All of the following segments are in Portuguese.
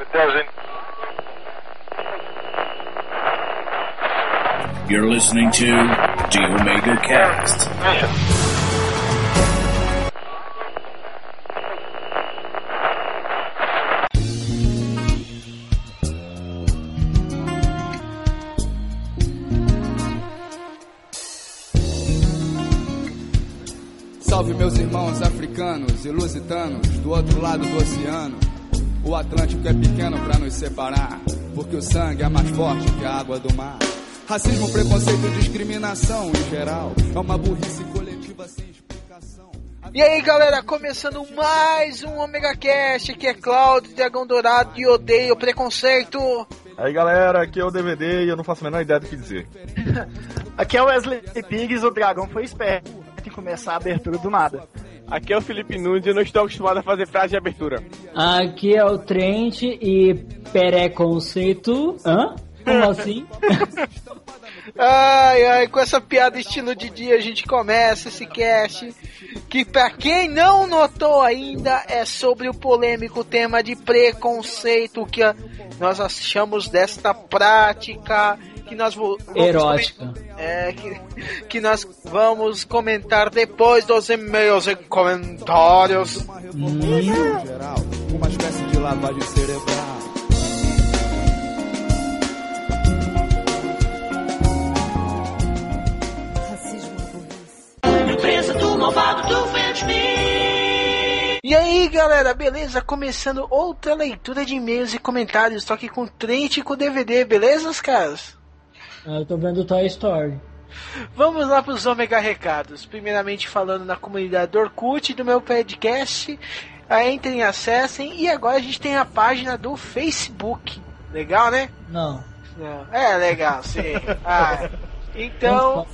It doesn't. You're listening to The Omega Cast. Salve meus irmãos africanos e lusitanos do outro lado do oceano. O Atlântico é pequeno pra nos separar, porque o sangue é mais forte que a água do mar. Racismo, preconceito e discriminação em geral é uma burrice coletiva sem explicação. E aí galera, começando mais um Omega Cast, aqui é Cláudio, Dragão Dourado e odeio preconceito. Aí galera, aqui é o DVD e eu não faço a menor ideia do que dizer. Aqui é o Wesley Pigs, o dragão foi esperto em começar a abertura do nada. Aqui é o Felipe Nunes e eu não estou acostumado a fazer frase de abertura. Aqui é o Trent e preconceito. Hã? Como assim? Ai, com essa piada estilo de dia a gente começa esse cast, que pra quem não notou ainda é sobre o polêmico tema de preconceito, que nós achamos desta prática, que nós vamos erótica. Que nós vamos comentar depois dos e-mails e comentários. Uma espécie de lavagem cerebral. E aí galera, beleza? Começando outra leitura de e-mails e comentários. Estou aqui com o Trent e com o DVD, beleza, caras? Eu tô vendo Toy Story. Vamos lá para os Omega Recados. Primeiramente falando na comunidade do Orkut, do meu podcast. Entrem, acessem. E agora a gente tem a página do Facebook. Legal, né? Não. É legal, sim. Então...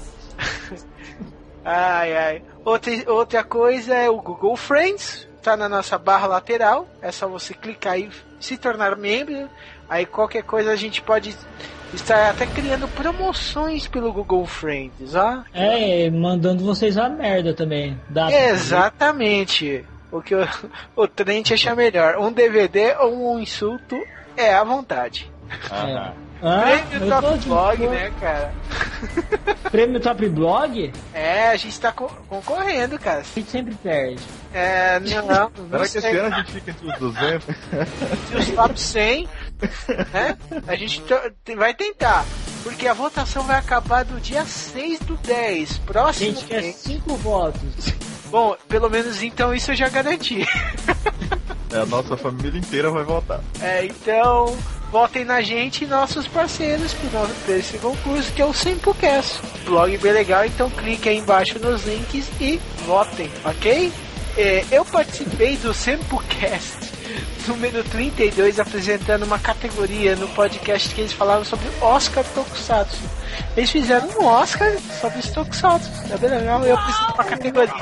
Outra coisa é o Google Friends. Tá na nossa barra lateral. É só você clicar e se tornar membro. Aí qualquer coisa a gente pode estar até criando promoções pelo Google Friends, ó. Mandando vocês a merda também. Exatamente. O que o Trent acha melhor. Um DVD ou um insulto é à vontade. Prêmio Top Blog, né, cara? Prêmio Top Blog? A gente tá concorrendo, cara. A gente sempre perde. Não Será que esse ano a gente fica entre os 200? Entre os top 100, né? A gente vai tentar. Porque a votação vai acabar no dia 6/10. Próximo. A gente quer 5 votos. Bom, pelo menos então isso eu já garanti. A nossa família inteira vai votar. Então... votem na gente e nossos parceiros para esse concurso, que é o Sempocast. Blog bem legal, então clique aí embaixo nos links e votem, ok? Eu participei do Sempocast número 32, apresentando uma categoria no podcast que eles falaram sobre Oscar Tokusatsu. Eles fizeram um Oscar sobre os Tokusatsu, é bem legal, eu apresentei uma categoria.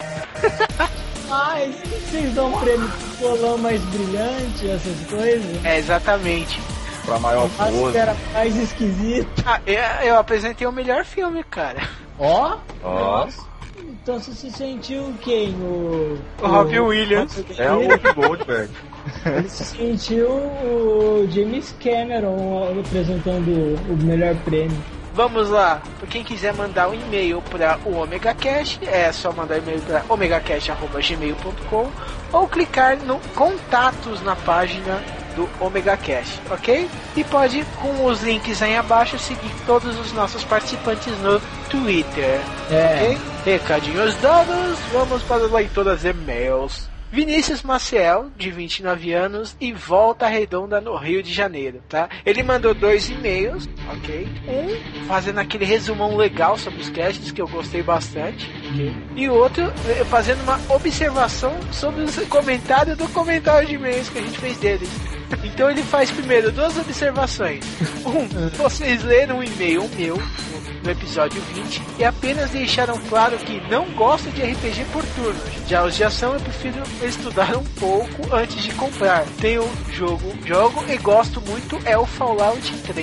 Mas vocês dão um prêmio pro bolão mais brilhante, essas coisas? Exatamente. Pra maior pose. Era mais esquisito. Eu apresentei o melhor filme, cara. Ó? Nossa. Então você se sentiu quem? O Robin Williams. É o Whoopi Goldberg. Ele se sentiu o James Cameron apresentando o melhor prêmio. Vamos lá, para quem quiser mandar um e-mail para o Omega Cast, é só mandar e-mail para omegacast@gmail.com ou clicar no contatos na página do Omega Cast, ok? E pode, com os links aí abaixo, seguir todos os nossos participantes no Twitter, ok? Recadinhos dados, vamos para as leituras de e-mails. Vinícius Maciel, de 29 anos, e Volta Redonda, no Rio de Janeiro, tá? Ele mandou 2 e-mails, ok? Um fazendo aquele resumão legal sobre os casts, que eu gostei bastante, ok? E o outro fazendo uma observação sobre os comentários do comentário de e-mails que a gente fez deles. Então ele faz primeiro 2 observações. Vocês leram um e-mail meu no episódio 20 e apenas deixaram claro que não gosto de RPG por turnos. Já os de ação eu prefiro estudar um pouco antes de comprar. Tenho jogo e gosto muito é o Fallout 3.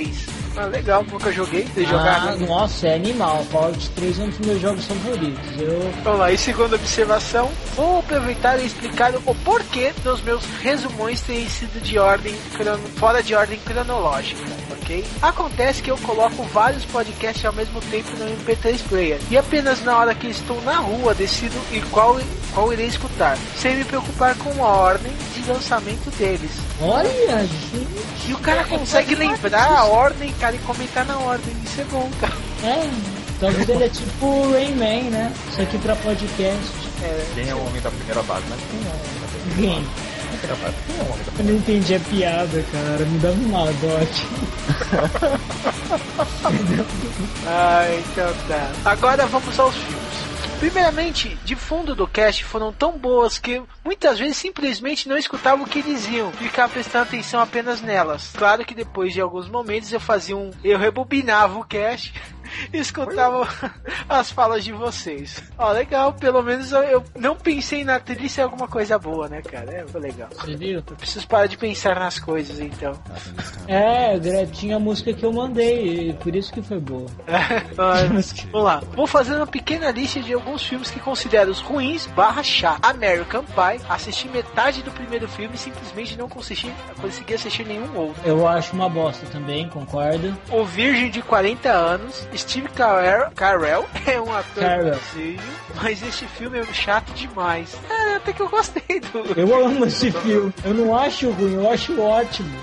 Ah, legal, nunca joguei, de jogar. Nossa, é animal. Fallout 3 é um dos meus jogos favoritos. Vamos lá, e segunda observação, vou aproveitar e explicar o porquê dos meus resumões terem sido fora de ordem cronológica, ok? Acontece que eu coloco vários podcasts ao mesmo tempo no MP3 Player, e apenas na hora que estou na rua decido qual irei escutar, sem me preocupar com a ordem de lançamento deles. Olha, gente. E o cara consegue lembrar a ordem, cara, e comentar na ordem. Isso é bom, cara. Talvez ele é tipo o Rayman, né? Isso aqui pra podcast. Quem é o homem da primeira base? Mas quem é o homem da primeira base? Eu não entendi a piada, cara. Me dá uma dote. Então tá. Agora vamos aos filmes. Primeiramente, de fundo do cast foram tão boas que muitas vezes simplesmente não escutava o que diziam, ficava prestando atenção apenas nelas. Claro que depois de alguns momentos eu rebobinava o cast e escutava as falas de vocês. Ó, legal, pelo menos eu não pensei na trilha em alguma coisa boa, né, cara? Foi legal. Você viu? Eu preciso parar de pensar nas coisas, então. Tinha a música que eu mandei, e por isso que foi boa. Vamos lá. Vou fazer uma pequena lista de alguns filmes que considero ruins / chato. American Pie, assisti metade do primeiro filme e simplesmente não consegui assistir nenhum outro. Eu acho uma bosta também, concordo. O Virgem de 40 anos, Steve Carell é um ator bonzinho, mas este filme é chato demais. Até que eu gostei do... Eu amo esse filme. Eu não acho ruim, eu acho ótimo.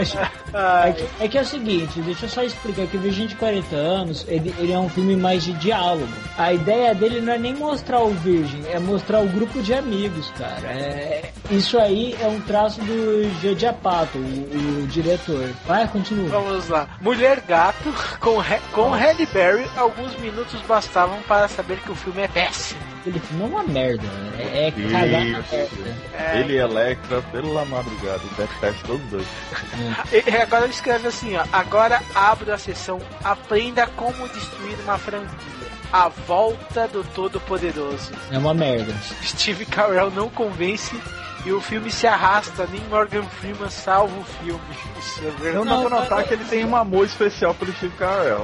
É que é o seguinte, deixa eu só explicar que o Virgem de 40 anos, ele é um filme mais de diálogo. A ideia dele não é nem mostrar o Virgem, é mostrar o grupo de amigos, cara. Isso aí é um traço do Judd Apatow, o diretor. Vai, continua. Vamos lá. Mulher Gato, com Halle Berry, alguns minutos bastavam para saber que o filme é péssimo. Aquele filme é uma merda, é cagar na merda. Ele e Electra, pela madrugada, detesto todos dois. E agora ele escreve assim, ó. Agora abro a sessão Aprenda como destruir uma franquia. A volta do Todo-Poderoso. É uma merda. Steve Carell não convence e o filme se arrasta, nem Morgan Freeman salva o filme. Isso é verdade. Não dá pra notar que ele tem um amor especial pelo Steve Carell.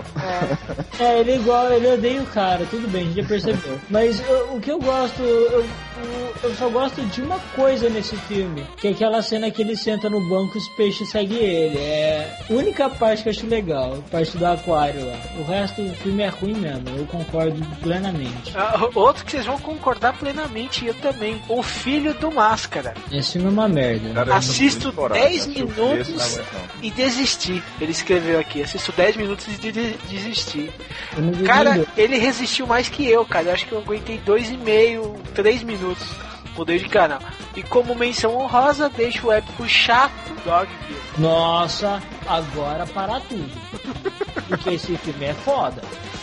Ele odeia o cara, tudo bem, a gente já percebeu. Mas o que eu gosto, eu só gosto de uma coisa nesse filme, que é aquela cena que ele senta no banco e os peixes seguem ele. É a única parte que eu acho legal, a parte do aquário lá. O resto do filme é ruim mesmo, eu concordo plenamente. Outro que vocês vão concordar plenamente, eu também. O Filho do Máscara. Esse filme é uma merda. Cara, assisto 10 minutos e desisti. Ele escreveu aqui, assisto 10 minutos e desisti. Cara, ele resistiu mais que eu, cara. Eu acho que eu aguentei 2,5, 3 minutos. Mudei de canal. E como menção honrosa, deixo o épico chato Dogville. Nossa, agora para tudo. Porque esse filme é foda.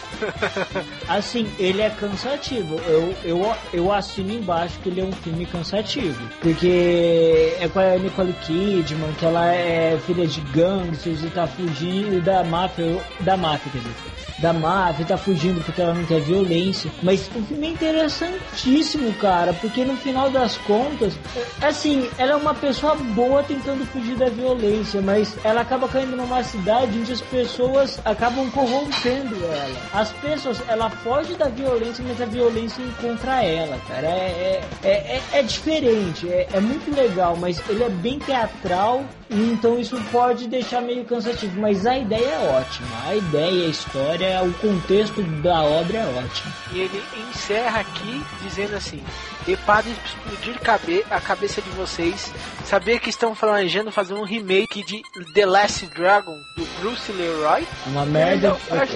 Assim, ele é cansativo. Eu assino embaixo que ele é um filme cansativo. Porque é com a Nicole Kidman, que ela é filha de gangsters e tá fugindo da máfia, quer dizer. Da máfia, tá fugindo porque ela não quer violência. Mas o filme é interessantíssimo, cara, porque no final das contas, assim, ela é uma pessoa boa tentando fugir da violência, mas ela acaba caindo numa cidade onde as pessoas acabam corrompendo ela. As pessoas, ela foge da violência, mas a violência encontra ela, cara. É diferente, é muito legal, mas ele é bem teatral, então isso pode deixar meio cansativo, mas a ideia é ótima. A ideia, a história, o contexto da obra é ótimo. E ele encerra aqui dizendo assim: e para explodir a cabeça de vocês, saber que estão planejando fazer um remake de The Last Dragon do Bruce Leroy? Uma merda.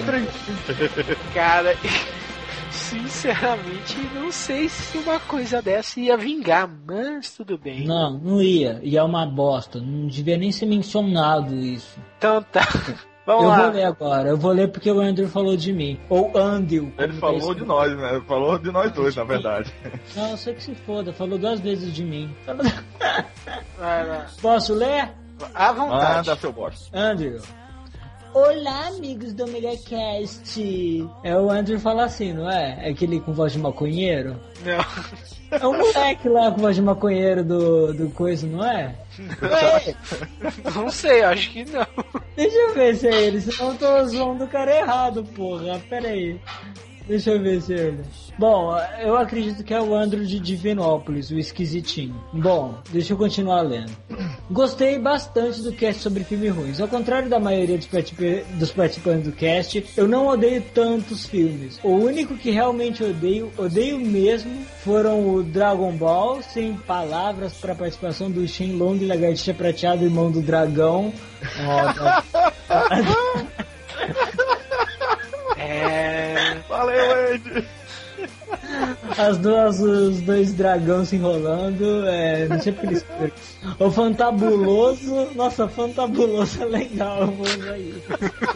Cara, sinceramente, não sei se uma coisa dessa ia vingar, mas tudo bem. Não ia. E é uma bosta. Não devia nem ser mencionado isso. Então tá. Vamos lá. Eu vou ler agora. Eu vou ler porque o Andrew falou de mim. Ou Andrew. Ele falou de nós, né? Falou de nós dois, na verdade. Não, eu sei que se foda. Falou 2 vezes de mim. Vai lá. Posso ler? À vontade. Dá seu bosta. Andrew. Olá, amigos do OmegaCast. É o Andrew fala assim, não é? É aquele com voz de maconheiro? Não. É um moleque lá com voz de maconheiro do coisa, não é? É. Não sei, acho que não. Deixa eu ver se é ele, senão eu tô zoando o cara errado, porra. Pera aí. Deixa eu ver se é ele. Bom, eu acredito que é o Andrew de Divinópolis, o esquisitinho. Bom, deixa eu continuar lendo. Gostei bastante do cast sobre filmes ruins. Ao contrário da maioria dos participantes do cast, eu não odeio tantos filmes. O único que realmente odeio mesmo, foram o Dragon Ball, sem palavras para a participação do Shenlong, Lagartixa Prateado, irmão do dragão. Valeu, Andy! Os dois dragões se enrolando, não sei porque eles... O Fantabuloso, nossa, Fantabuloso é legal, vou usar isso.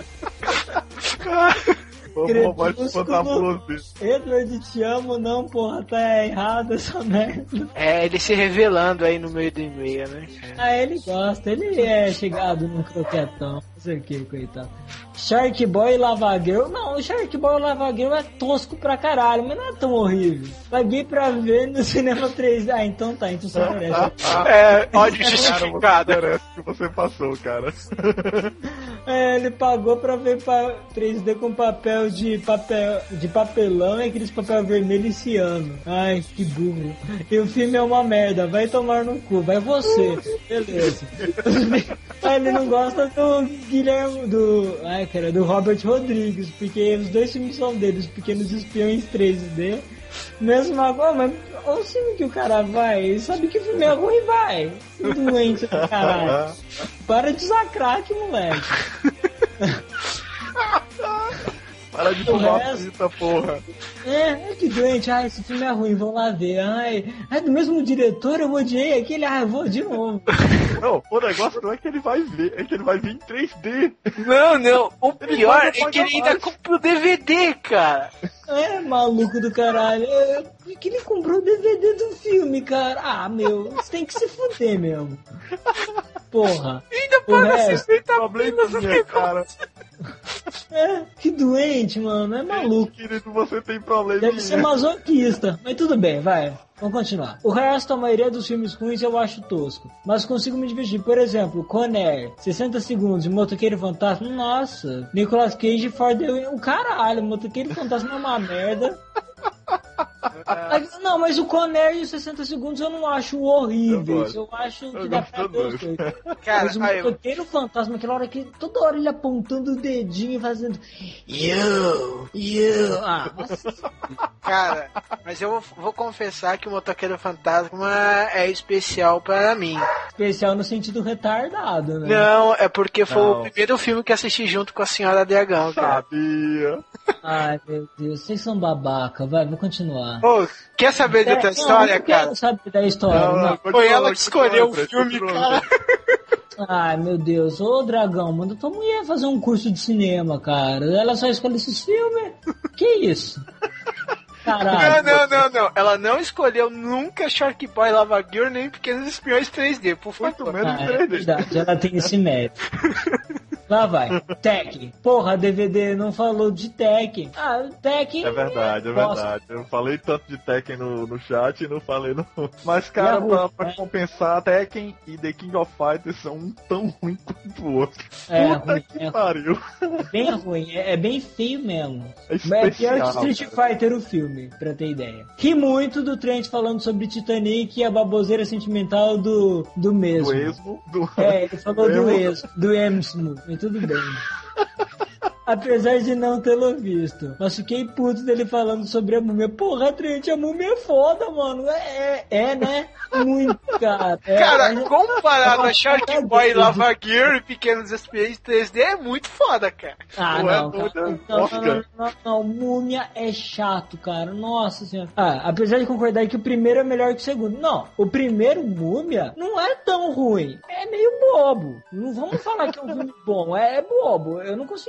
Vamos mais Fantabuloso. Edward, te amo, não, porra, tá errado essa merda. Ele se revelando aí no meio do e-mail, né? Ah, ele gosta, ele é chegado num croquetão, não sei o que, coitado. Shark Boy e Lava Girl, não, o Shark Boy e Lava Girl é tosco pra caralho, mas não é tão horrível. Paguei pra ver no cinema 3D. Ah, então tá, então você merece. Ódio justificado. Merece que você passou, cara. Ele pagou pra ver 3D com papel de papelão e aqueles papel vermelho esse ano. Ai, que burro. E o filme é uma merda, vai tomar no cu, vai você. Beleza. Ele não gosta do Guilherme, do Robert Rodrigues, porque os dois filmes são deles, Pequenos Espiões 3D. Mesmo agora, mas olha o filme que o cara vai, ele sabe que o filme é ruim, vai. Doente do caralho. Para de usar crack, moleque. Para de fumar fita, porra. Que doente. Esse filme é ruim, vou lá ver. É do mesmo diretor, eu odiei aquele. Eu vou de novo. Não, o negócio não é que ele vai ver, é que ele vai vir em 3D. Não. O pior é que ele ainda comprou o DVD, cara. Maluco do caralho. Que ele comprou o DVD do filme, cara. Meu, você tem que se fuder mesmo. Porra. Ainda paga 60 probleminha, cara. Que doente, mano. É maluco. Querido, você tem problema. Deve ser masoquista. Mas tudo bem, vai. Vamos continuar. O resto, a maioria dos filmes ruins eu acho tosco. Mas consigo me divertir. Por exemplo, Conair, 60 segundos, Motoqueiro Fantasma. Nossa. Nicolas Cage, o caralho. Motoqueiro Fantasma é uma merda. Não, mas o Conair e os 60 segundos eu não acho horríveis. Eu acho que dá pra ver os dois. Mas o Motoqueiro Fantasma, aquela hora que toda hora ele apontando o dedinho e fazendo You. Cara, mas eu vou confessar que o Motoqueiro Fantasma é especial para mim. Especial no sentido retardado, né? Não, é porque foi o primeiro filme que assisti junto com a Senhora Dragão, cara. Sabia. Ai, meu Deus, vocês são babaca, vai, vou continuar. Quer saber de outra história, cara? Não saber da história. Foi ela que escolheu o filme, cara. Ai, meu Deus. Ô, Dragão, manda tua mulher fazer um curso de cinema, cara. Ela só escolhe esses filmes. Que isso? Caralho. Não. Ela não escolheu nunca Shark Boy, Lava Girl, nem Pequenos Espiões 3D, por favor. É verdade, ela tem esse mérito. Lá vai. Tekken. Porra, DVD não falou de Tekken. Tekken... É verdade. Eu falei tanto de Tekken no chat e não falei no... Mas, cara, pra compensar, Tekken e The King of Fighters são um tão ruim quanto o outro. Puta que pariu. É bem ruim. É bem feio mesmo. É pior que Street Fighter o filme, pra ter ideia. Ri muito do Trent falando sobre Titanic e a baboseira sentimental do mesmo. Do esmo? Ele falou do Emsmo. Tudo bem. Apesar de não tê-lo visto. Mas fiquei puto dele falando sobre a múmia. Porra, Trent, a múmia é foda, mano. Né? Muito, cara. Comparado a Shark Boy, Lava Girl e Pequenos Espiões 3D é muito foda, cara. Não, múmia é chato, cara. Nossa senhora. Apesar de concordar que o primeiro é melhor que o segundo. Não, o primeiro múmia não é tão ruim. É meio bobo. Não vamos falar que é um filme bom. É bobo. Eu não conseguiria ficar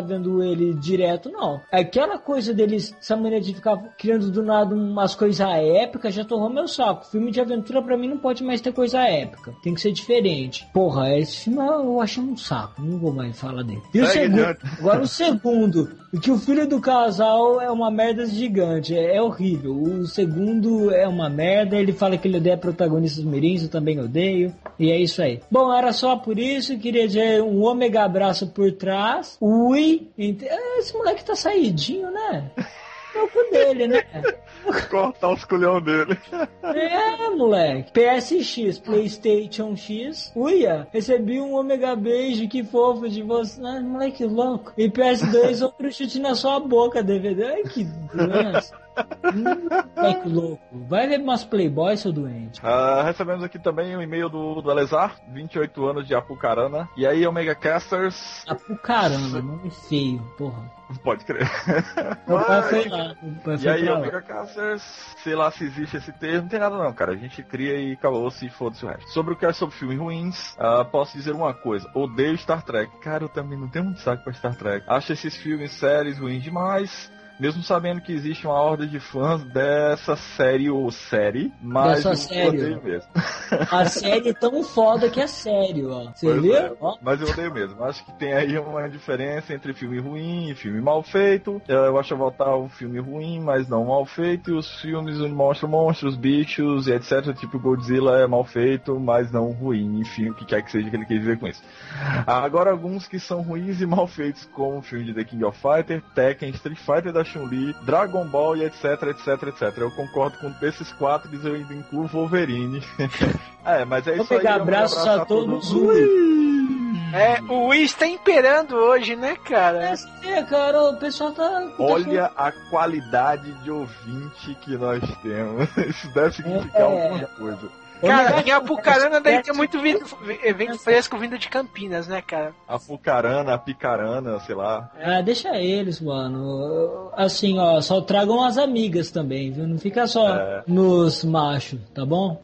ficar vendo ele direto, não. Aquela coisa deles, essa mania de ficar criando do nada umas coisas épicas, já torrou meu saco. Filme de aventura pra mim não pode mais ter coisa épica. Tem que ser diferente. Porra, esse filme eu achei um saco. Não vou mais falar dele. E o segundo, agora o segundo, que o filho do casal é uma merda gigante. É horrível. O segundo é uma merda. Ele fala que ele odeia protagonistas mirins, eu também odeio. E é isso aí. Bom, era só por isso. Queria dizer um ômega abraço por trás. Ui. Esse moleque tá saidinho, né? É o cu dele, né? Cortar os culhão dele. É, moleque. PSX, PlayStation X. Uia, recebi um ômega beijo, que fofo de você. Ah, moleque louco. E PS2, outro chute na sua boca, DVD. Ai, que doença. Que louco. Vai ver umas Playboy, seu doente. Recebemos aqui também um e-mail do Alesar, 28 anos de Apucarana. E aí, Omega Casters. Apucarana, nome feio, porra. Pode crer. Meu pai foi lá. E aí, Omega Casters, sei lá se existe esse termo, não tem nada não, cara. A gente cria e acabou-se e foda-se o resto. Sobre o que é sobre filmes ruins, posso dizer uma coisa. Odeio Star Trek. Cara, eu também não tenho muito saco pra Star Trek. Acho esses filmes, séries ruins demais. Mesmo sabendo que existe uma horda de fãs dessa série ou série, mas eu odeio mesmo. A série é tão foda que é sério, ó. Você viu? É, mas eu odeio mesmo. Acho que tem aí uma diferença entre filme ruim e filme mal feito. Eu acho voltar um filme ruim, mas não mal feito. E os filmes onde mostram monstros, bichos e etc. Tipo Godzilla é mal feito, mas não ruim. Enfim, o que quer que seja que ele quer dizer com isso. Agora, alguns que são ruins e mal feitos, como o filme de The King of Fighter, Tekken, Street Fighter da Chun-Li, Dragon Ball e etc. Eu concordo com esses 4, e eu ainda incluo Wolverine. Mas é isso aí. Abraços a todos. O Wii está imperando hoje, né, cara? Cara, o pessoal tá... Olha a qualidade de ouvinte que nós temos. Isso deve significar alguma coisa. Cara, em Apucarana deve ter muito evento fresco vindo de Campinas, né, cara? Apucarana, Picarana, sei lá. Deixa eles, mano. Assim, ó, só tragam as amigas também, viu? Não fica só nos machos, tá bom?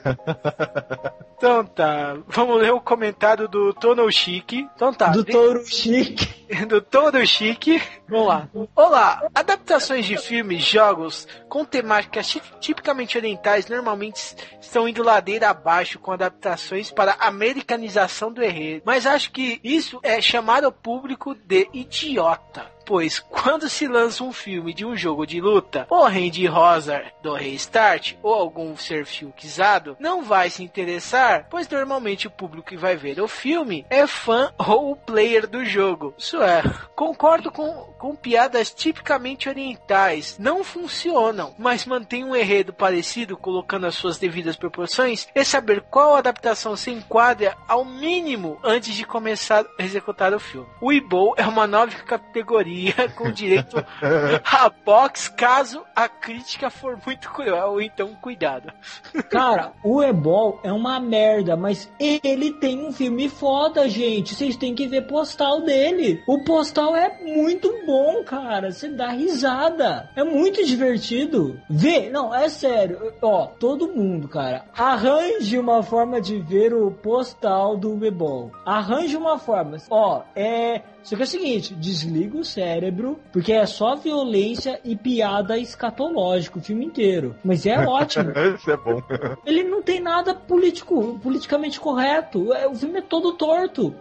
Então tá, vamos ler o comentário do Tono Chique. Então tá. Do Touro Chique. Do Todo Chique. Vamos lá. Olá, adaptações de filmes, jogos com temáticas tipicamente orientais normalmente estão indo ladeira abaixo com adaptações para americanização do enredo. Mas acho que isso é chamar o público de idiota. Pois quando se lança um filme de um jogo de luta, o Randy Rosa do Restart ou algum ser filquizado não vai se interessar, pois normalmente o público que vai ver o filme é fã ou player do jogo. Isso é, concordo com piadas tipicamente orientais, não funcionam, mas mantém um enredo parecido colocando as suas devidas proporções e saber qual adaptação se enquadra ao mínimo antes de começar a executar o filme. O Weeble é uma nova categoria com direito a box caso a crítica for muito cruel, então cuidado. Cara, o Ebol é uma merda, mas ele tem um filme foda, gente. Vocês têm que ver Postal dele. O Postal é muito bom, cara. Você dá risada. É muito divertido. Não, é sério. Ó, todo mundo, cara, arranje uma forma de ver o Postal do Ebol. Arranje uma forma. Ó, só que é o seguinte, desliga o cérebro, porque é só violência e piada escatológica o filme inteiro. Mas é ótimo. Isso é bom. Ele não tem nada politicamente correto. O filme é todo torto.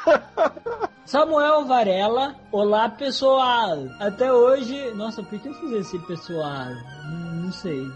Samuel Varela, olá pessoal. Até hoje... Nossa, por que eu fiz esse pessoal? Não sei.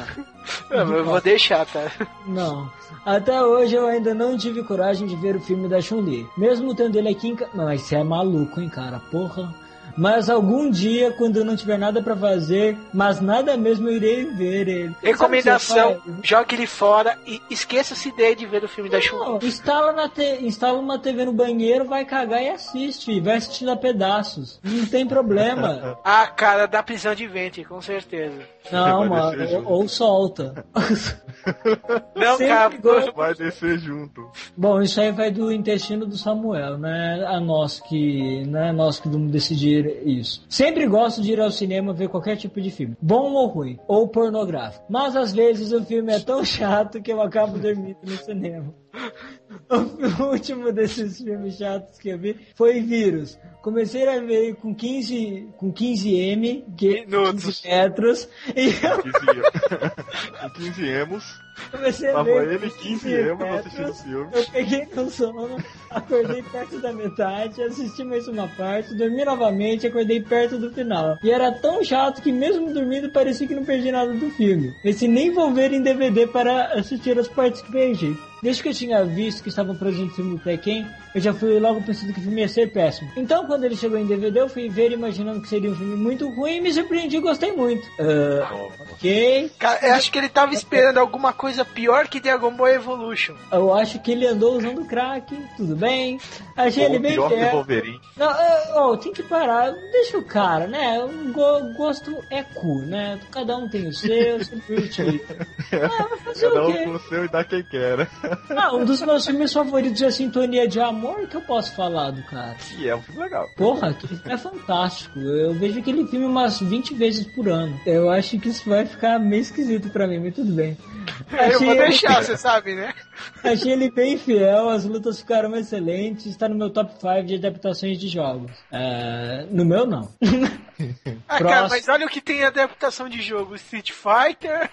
Eu vou deixar, tá? Não. Até hoje eu ainda não tive coragem de ver o filme da Chun-Li. Mesmo tendo ele aqui em casa... Não, mas você é maluco, hein, cara? Porra. Mas algum dia, quando eu não tiver nada pra fazer, mas nada mesmo, eu irei ver ele. Recomendação, jogue ele fora e esqueça-se de ver o filme da Chun-Li. Instala uma TV no banheiro, vai cagar e assiste. Vai assistindo a pedaços. Não tem problema. Cara, da prisão de ventre, com certeza. Não, mano, ou solta. Não, cara, vai descer junto. Bom, isso aí vai do intestino do Samuel, né? Nós que vamos decidir isso. Sempre gosto de ir ao cinema ver qualquer tipo de filme, bom ou ruim, ou pornográfico. Mas às vezes o filme é tão chato que eu acabo dormindo no cinema. O último desses filmes chatos que eu vi foi Vírus. Comecei a ver com 15M, 15 metros, e Com 15 emos. comecei a Tava ver ele 15 emos assistindo o filme. Eu peguei no sono, acordei perto da metade, assisti mais uma parte, dormi novamente, acordei perto do final. E era tão chato que mesmo dormindo parecia que não perdi nada do filme. Esse nem vou ver em DVD para assistir as partes que perdi. Desde que eu tinha visto que estavam produzindo o filme do Tekken, eu já fui logo pensando que o filme ia ser péssimo. Então, quando ele chegou em DVD, eu fui ver imaginando que seria um filme muito ruim e me surpreendi e gostei muito. Ok. Cara, eu acho que ele tava esperando alguma coisa pior que Dragon Ball Evolution. Eu acho que ele andou usando crack, tudo bem. Achei ele bem pior que perto. Wolverine. Não, tem que parar. Deixa o cara, né? O gosto é cu, né? Cada um tem o seu, se curte. Vai fazer Cada o um quê? com o seu e dá quem quer, né? Um dos meus filmes favoritos é a Sintonia de Amor, que eu posso falar do cara. E é um filme legal. Porra, aquele filme é fantástico. Eu vejo aquele filme umas 20 vezes por ano. Eu acho que isso vai ficar meio esquisito pra mim, mas tudo bem. Eu vou deixar, você sabe, né? Achei ele bem fiel, as lutas ficaram excelentes, está no meu top 5 de adaptações de jogos. No meu, não. Cara, mas olha o que tem adaptação de jogo: Street Fighter,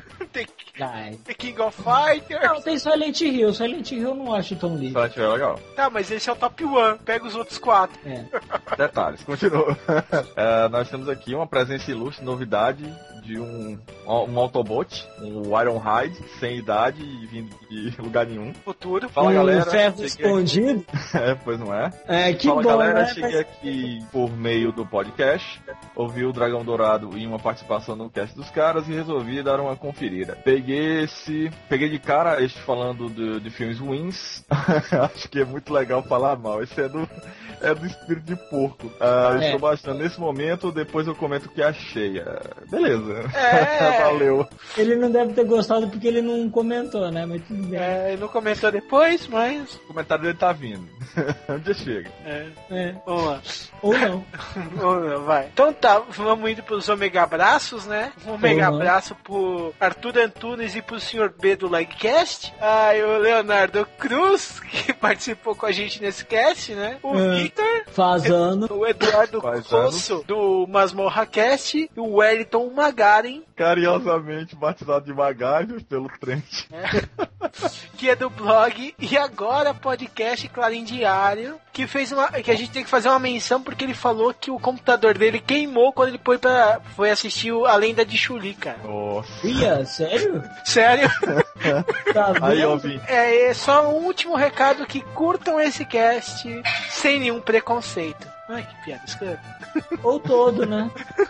The King of Fighters. Não, tem Silent Hill. Silent Hill eu não acho tão lindo. Silent Hill é legal. Tá, mas esse é o top 1. Pega os outros 4. Detalhes, continua. Nós temos aqui uma presença ilustre, novidade de um Autobot, um Ironhide, sem idade e vindo de lugar nenhum. Futuro. Fala, galera. Ferro escondido. Pois não é. Que Fala, bom, galera. né? Cheguei aqui por meio do podcast, ouvi o Dragão Dourado em uma participação no cast dos caras e resolvi dar uma conferida. Peguei de cara este falando de filmes ruins. Acho que é muito legal falar mal. Esse é do espírito de porco. Estou baixando nesse momento, depois eu comento o que achei. Beleza. Valeu. Ele não deve ter gostado porque ele não comentou, né? Mas tudo bem. Ele não comentou depois, mas... O comentário dele tá vindo. Onde chega? Vamos lá. Ou não. Ou não, vai. Então tá, vamos indo pros Omega Abraços, né? Um Omega Abraço pro Arthur Antunes e pro Sr. B do Likecast. E o Leonardo Cruz, que participou com a gente nesse cast, né? O Victor. Faz ano. O Eduardo Cosso do Masmorra Cast. E o Wellington Magaren. Carinhosamente batizado de Magaren pelo Trent. Que é do blog E Agora Podcast Clarim Diário, que a gente tem que fazer uma menção porque ele falou que o computador dele queimou quando ele foi assistir A Lenda de Chuli, cara. Nossa. Sério? Sério? Tá vendo? Aí, ouvi. É só um último recado: que curtam esse cast sem nenhum preconceito. Ai, que piada escrota. Ou todo, né?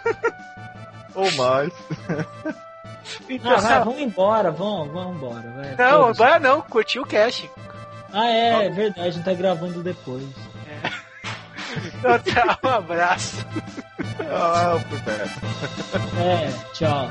Ou mais. Então, Vamos embora, vamos embora. Vai. Não, agora não, curtiu o cast. É verdade, a gente tá gravando depois. Então, tá, um abraço. Foi perto. Tchau.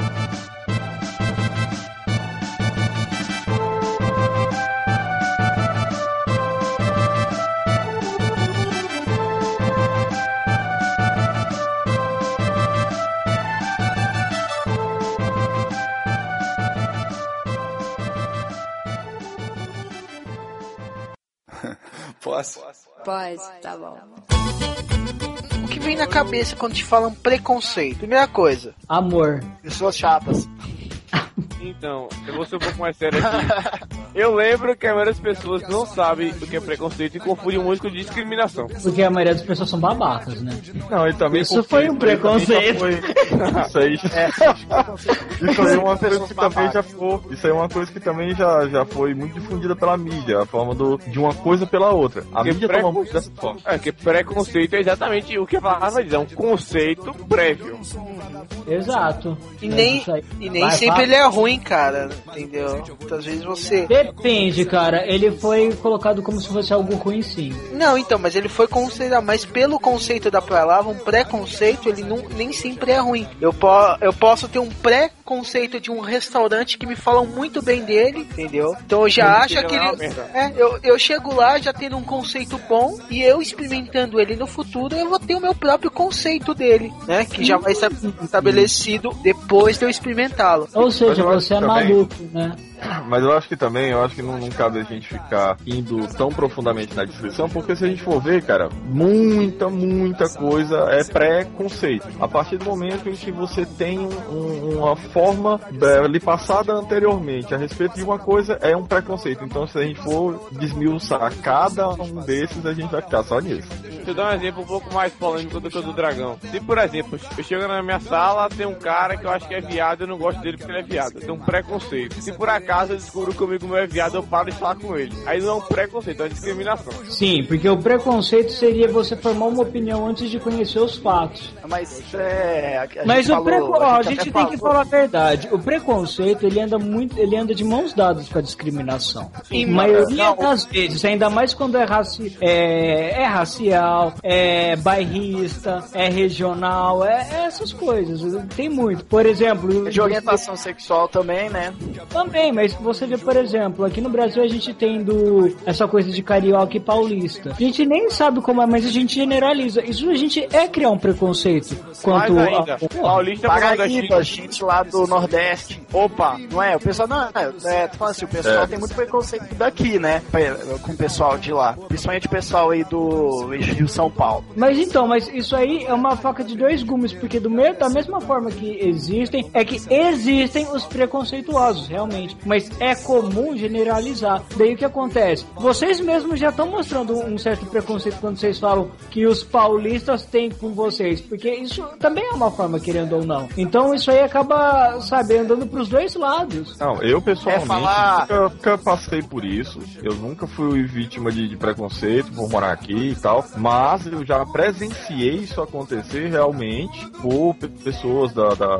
Posso? Pode, tá bom. O que vem na cabeça quando te falam preconceito? Primeira coisa: amor. Pessoas chatas. Então, eu vou ser um pouco mais sério aqui. Eu lembro que a maioria das pessoas não sabe o que é preconceito e confunde muito com discriminação. Porque a maioria das pessoas são babacas, né? Não, e também isso foi um preconceito. Isso aí é uma coisa que também já foi. Isso aí é uma coisa que também já foi muito difundida pela mídia, a forma de uma coisa pela outra. A mídia toma muito dessa forma. Que preconceito é exatamente o que a palavra diz, é um conceito prévio. Exato. E nem sempre ele é ruim, cara. Entendeu? Muitas vezes você... Depende, cara. Ele foi colocado como se fosse algo ruim, sim. Não, então, mas ele foi considerado. Mas pelo conceito da palavra, um preconceito, ele nem sempre é ruim. Eu posso ter um preconceito de um restaurante que me falam muito bem dele, entendeu? Então eu já acho que ele... eu chego lá já tendo um conceito bom e eu experimentando ele no futuro, eu vou ter o meu próprio conceito dele, né? Que já vai estabelecer estabelecido depois de eu experimentá-lo. Ou seja, você é maluco, né? Mas eu acho que não cabe a gente ficar indo tão profundamente na descrição, porque se a gente for ver, cara, muita coisa é preconceito. A partir do momento em que você tem uma forma lhe passada anteriormente a respeito de uma coisa, é um preconceito. Então, se a gente for desmiuçar cada um desses, a gente vai ficar só nisso. Deixa eu dar um exemplo um pouco mais polêmico do que o do Dragão. Se, por exemplo, eu chego na minha sala, tem um cara que eu acho que é viado, eu não gosto dele porque ele é viado. Eu tenho um preconceito. Se por acaso eu descubro que o amigo meu é viado, eu paro de falar com ele. Aí não é um preconceito, é uma discriminação. Sim, porque o preconceito seria você formar uma opinião antes de conhecer os fatos. Mas a gente tem que falar a verdade. O preconceito, ele anda de mãos dadas com a discriminação. A maioria das vezes, ainda mais quando é racial, é bairrista, é regional, é essas coisas. Tem muito. Por exemplo... De orientação sexual também, né? Também, mas você vê, por exemplo, aqui no Brasil a gente tem essa coisa de carioca e paulista. A gente nem sabe como é, mas a gente generaliza. Isso a gente criar um preconceito quanto ainda, paulista Paraíba, gente lá do Nordeste. Opa, não é? O pessoal tô falando assim, o pessoal tem muito preconceito daqui, né? Com o pessoal de lá. Principalmente o pessoal aí do Rio São Paulo. Mas isso aí é uma faca de dois gumes, porque da mesma forma que existem os preconceituosos, realmente. Mas é comum generalizar. Daí o que acontece? Vocês mesmos já estão mostrando um certo preconceito quando vocês falam que os paulistas têm com vocês, porque isso também é uma forma, querendo ou não. Então isso aí acaba, andando pros dois lados. Não, eu pessoalmente nunca passei por isso. Eu nunca fui vítima de preconceito por morar aqui e tal, mas eu já presenciei isso acontecer realmente por pessoas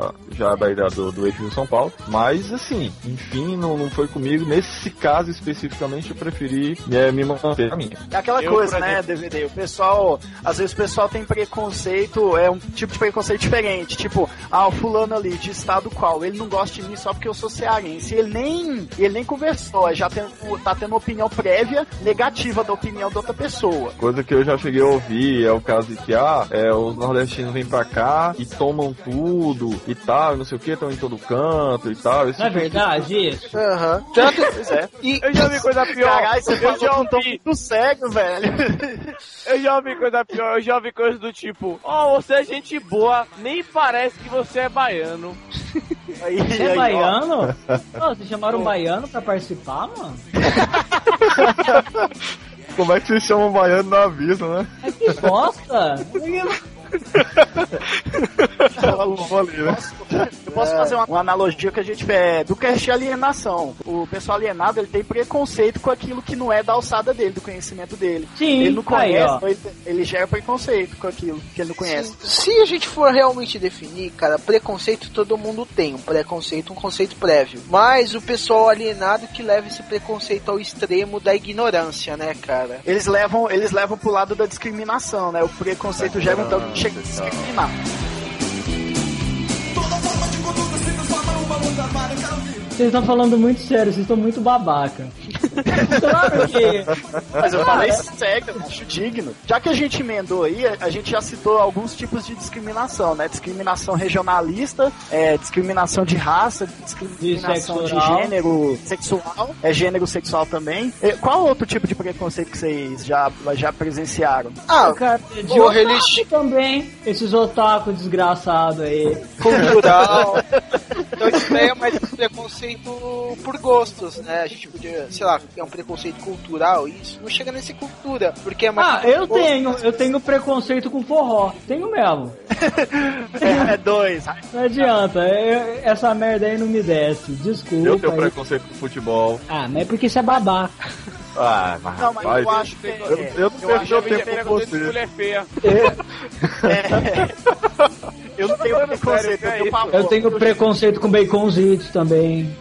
do eixo de São Paulo. Mas assim, enfim, não foi comigo. Nesse caso especificamente, eu preferi me manter a minha. É aquela coisa, né, DVD? Às vezes o pessoal tem preconceito, é um tipo de preconceito diferente. Tipo, o fulano ali, de estado qual, ele não gosta de mim só porque eu sou cearense. Ele nem conversou, já tá tendo uma opinião prévia negativa da opinião da outra pessoa. Coisa que eu já cheguei a ouvir é o caso de que, os nordestinos vêm pra cá e tomam tudo e tal, não sei o que, estão em todo canto e tal. Não é verdade isso? Aham. Pois é. E eu já vi coisa pior. Caralho, você falou que muito cego, velho. Eu já ouvi coisa pior, eu já ouvi coisa do tipo, você é gente boa, nem parece que você é baiano. Você é baiano? Vocês chamaram um baiano pra participar, mano? Como é que vocês chamam baiano no aviso, né? Que bosta! Eu posso fazer uma analogia que a gente vê do cast de alienação. O pessoal alienado, ele tem preconceito com aquilo que não é da alçada dele, do conhecimento dele. Sim, ele não conhece, ele gera preconceito com aquilo que ele não conhece. Se a gente for realmente definir, cara, preconceito todo mundo tem, um conceito prévio. Mas o pessoal alienado que leva esse preconceito ao extremo da ignorância, né, cara? Eles levam pro lado da discriminação, né? O preconceito gera um tanto que chega a discriminar. Vocês estão falando muito sério, vocês estão muito babaca. Claro que... Mas eu falei sério, eu acho digno. Já que a gente emendou aí, a gente já citou alguns tipos de discriminação, né? Discriminação regionalista, discriminação de raça, discriminação de gênero sexual, gênero sexual também. Qual outro tipo de preconceito que vocês já presenciaram? Cara, de otaku também, esses otaku desgraçados aí. Cultural. Então isso daí é mais preconceito por gostos, né? A gente podia, sei lá, é um preconceito cultural, isso não chega nessa cultura, porque é mais... eu tenho preconceito com forró, tenho mesmo. É dois. Não adianta, essa merda aí não me desce, desculpa. Eu tenho preconceito com futebol. Mas é porque você é babaca. Mas eu acho que... Eu não tenho tempo com você. Mulher feia. Eu não tenho preconceito, eu tenho preconceito com baconzitos também.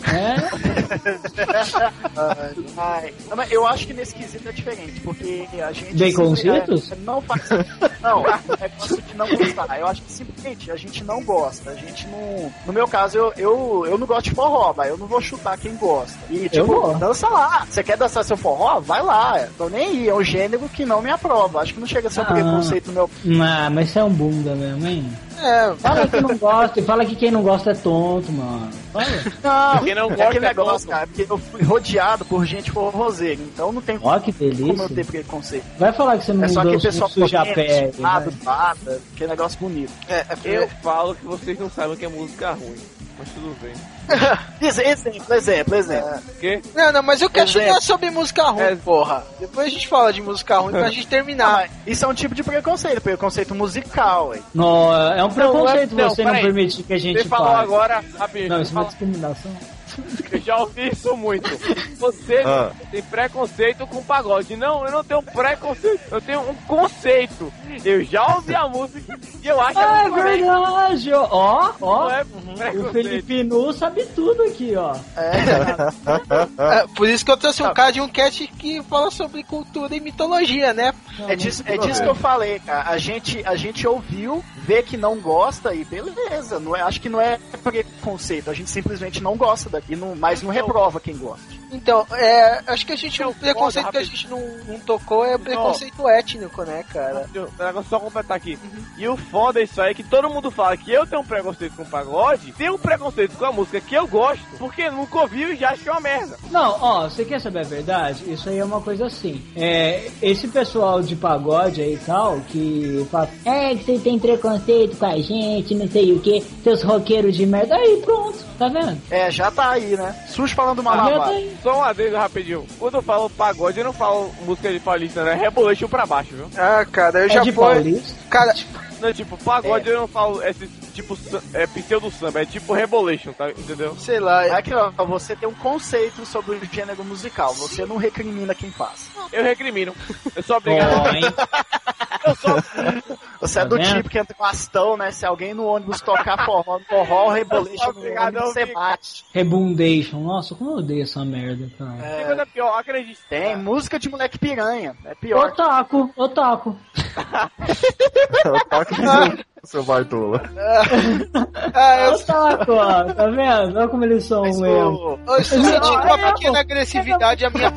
Eu acho que nesse quesito é diferente, porque a gente... Baconzitos? Não faz... Não, é isso de não gostar. Eu acho que simplesmente a gente não gosta. A gente não... No meu caso, eu não gosto de forró, mas eu não vou chutar quem gosta. E tipo, dança lá. Você quer dançar seu forró? Vai lá. Tô nem aí. É um gênero que não me aprova. Acho que não chega a ser um preconceito no meu... Mas você é um bunda mesmo, hein? Fala que não gosta e fala que quem não gosta é tonto, mano. Não, quem não gosta aquele é negócio, tonto. cara, porque eu fui rodeado por gente forrozeira, então não tem Que delícia. como eu ter preconceito. Vai falar que você não É só mudou aquele pessoal suja pé. nada, que negócio bonito. Eu falo que vocês não sabem o que é música ruim. Mas tudo bem. Exemplo. Quê? Não, mas eu quero falar sobre música ruim, porra. Depois a gente fala de música ruim pra gente terminar. Isso é um tipo de preconceito musical, hein? Não, é um preconceito você não peraí. permitir que a gente Você falou fale. agora, rapidinho. Não, isso é uma discriminação. Eu já ouvi isso muito. Você tem preconceito com pagode. Não, eu não tenho preconceito. Eu tenho um conceito. Eu já ouvi a música e eu acho É muito bem. verdade, ó. Não é O preconceito. Felipe Nu sabe tudo aqui, ó. Por isso que eu trouxe um cara de um cast que fala sobre cultura e mitologia, né? É disso que eu falei, cara. A gente ouviu, vê que não gosta e beleza. Não é, acho que não é preconceito. A gente simplesmente não gosta daqui, mas não reprova quem gosta. Então, acho que o preconceito que a gente não tocou é o preconceito étnico, né, cara? Só completar aqui. E o foda é isso aí, que todo mundo fala que eu tenho um preconceito com pagode, tenho um preconceito com a música que eu gosto, porque nunca ouviu e já acha que é uma merda. Não, você quer saber a verdade? Isso aí é uma coisa assim. Esse pessoal de pagode aí e tal, que fala, que você tem preconceito com a gente, não sei o que, seus roqueiros de merda. Aí, pronto, tá vendo? Já tá aí, né? Sujo falando uma lavada. Só uma vez, rapidinho. Quando eu falo pagode, eu não falo música de paulista, né? Rebolation pra baixo, viu? Cara, eu já de paulista? Cara, Não, tipo, pagode eu não falo esse tipo pseudo samba, é tipo Rebolation, tá? Entendeu? sei lá. Aqui, ó, você tem um conceito sobre o gênero musical. Você não recrimina quem faz. Eu recrimino. Eu sou obrigado. Você é do tipo que entra com bastão, né? Se alguém no ônibus tocar forró, rebolation, você bate. Rebundation. Nossa, como eu odeio essa merda, cara. Tem coisa pior, acredite. Tem música de moleque piranha. É pior. Otaku. Otaku, seu baitola. Otaku, ó. Tá vendo? Olha como eles são mesmo. Eu estou sentindo uma pequena agressividade à minha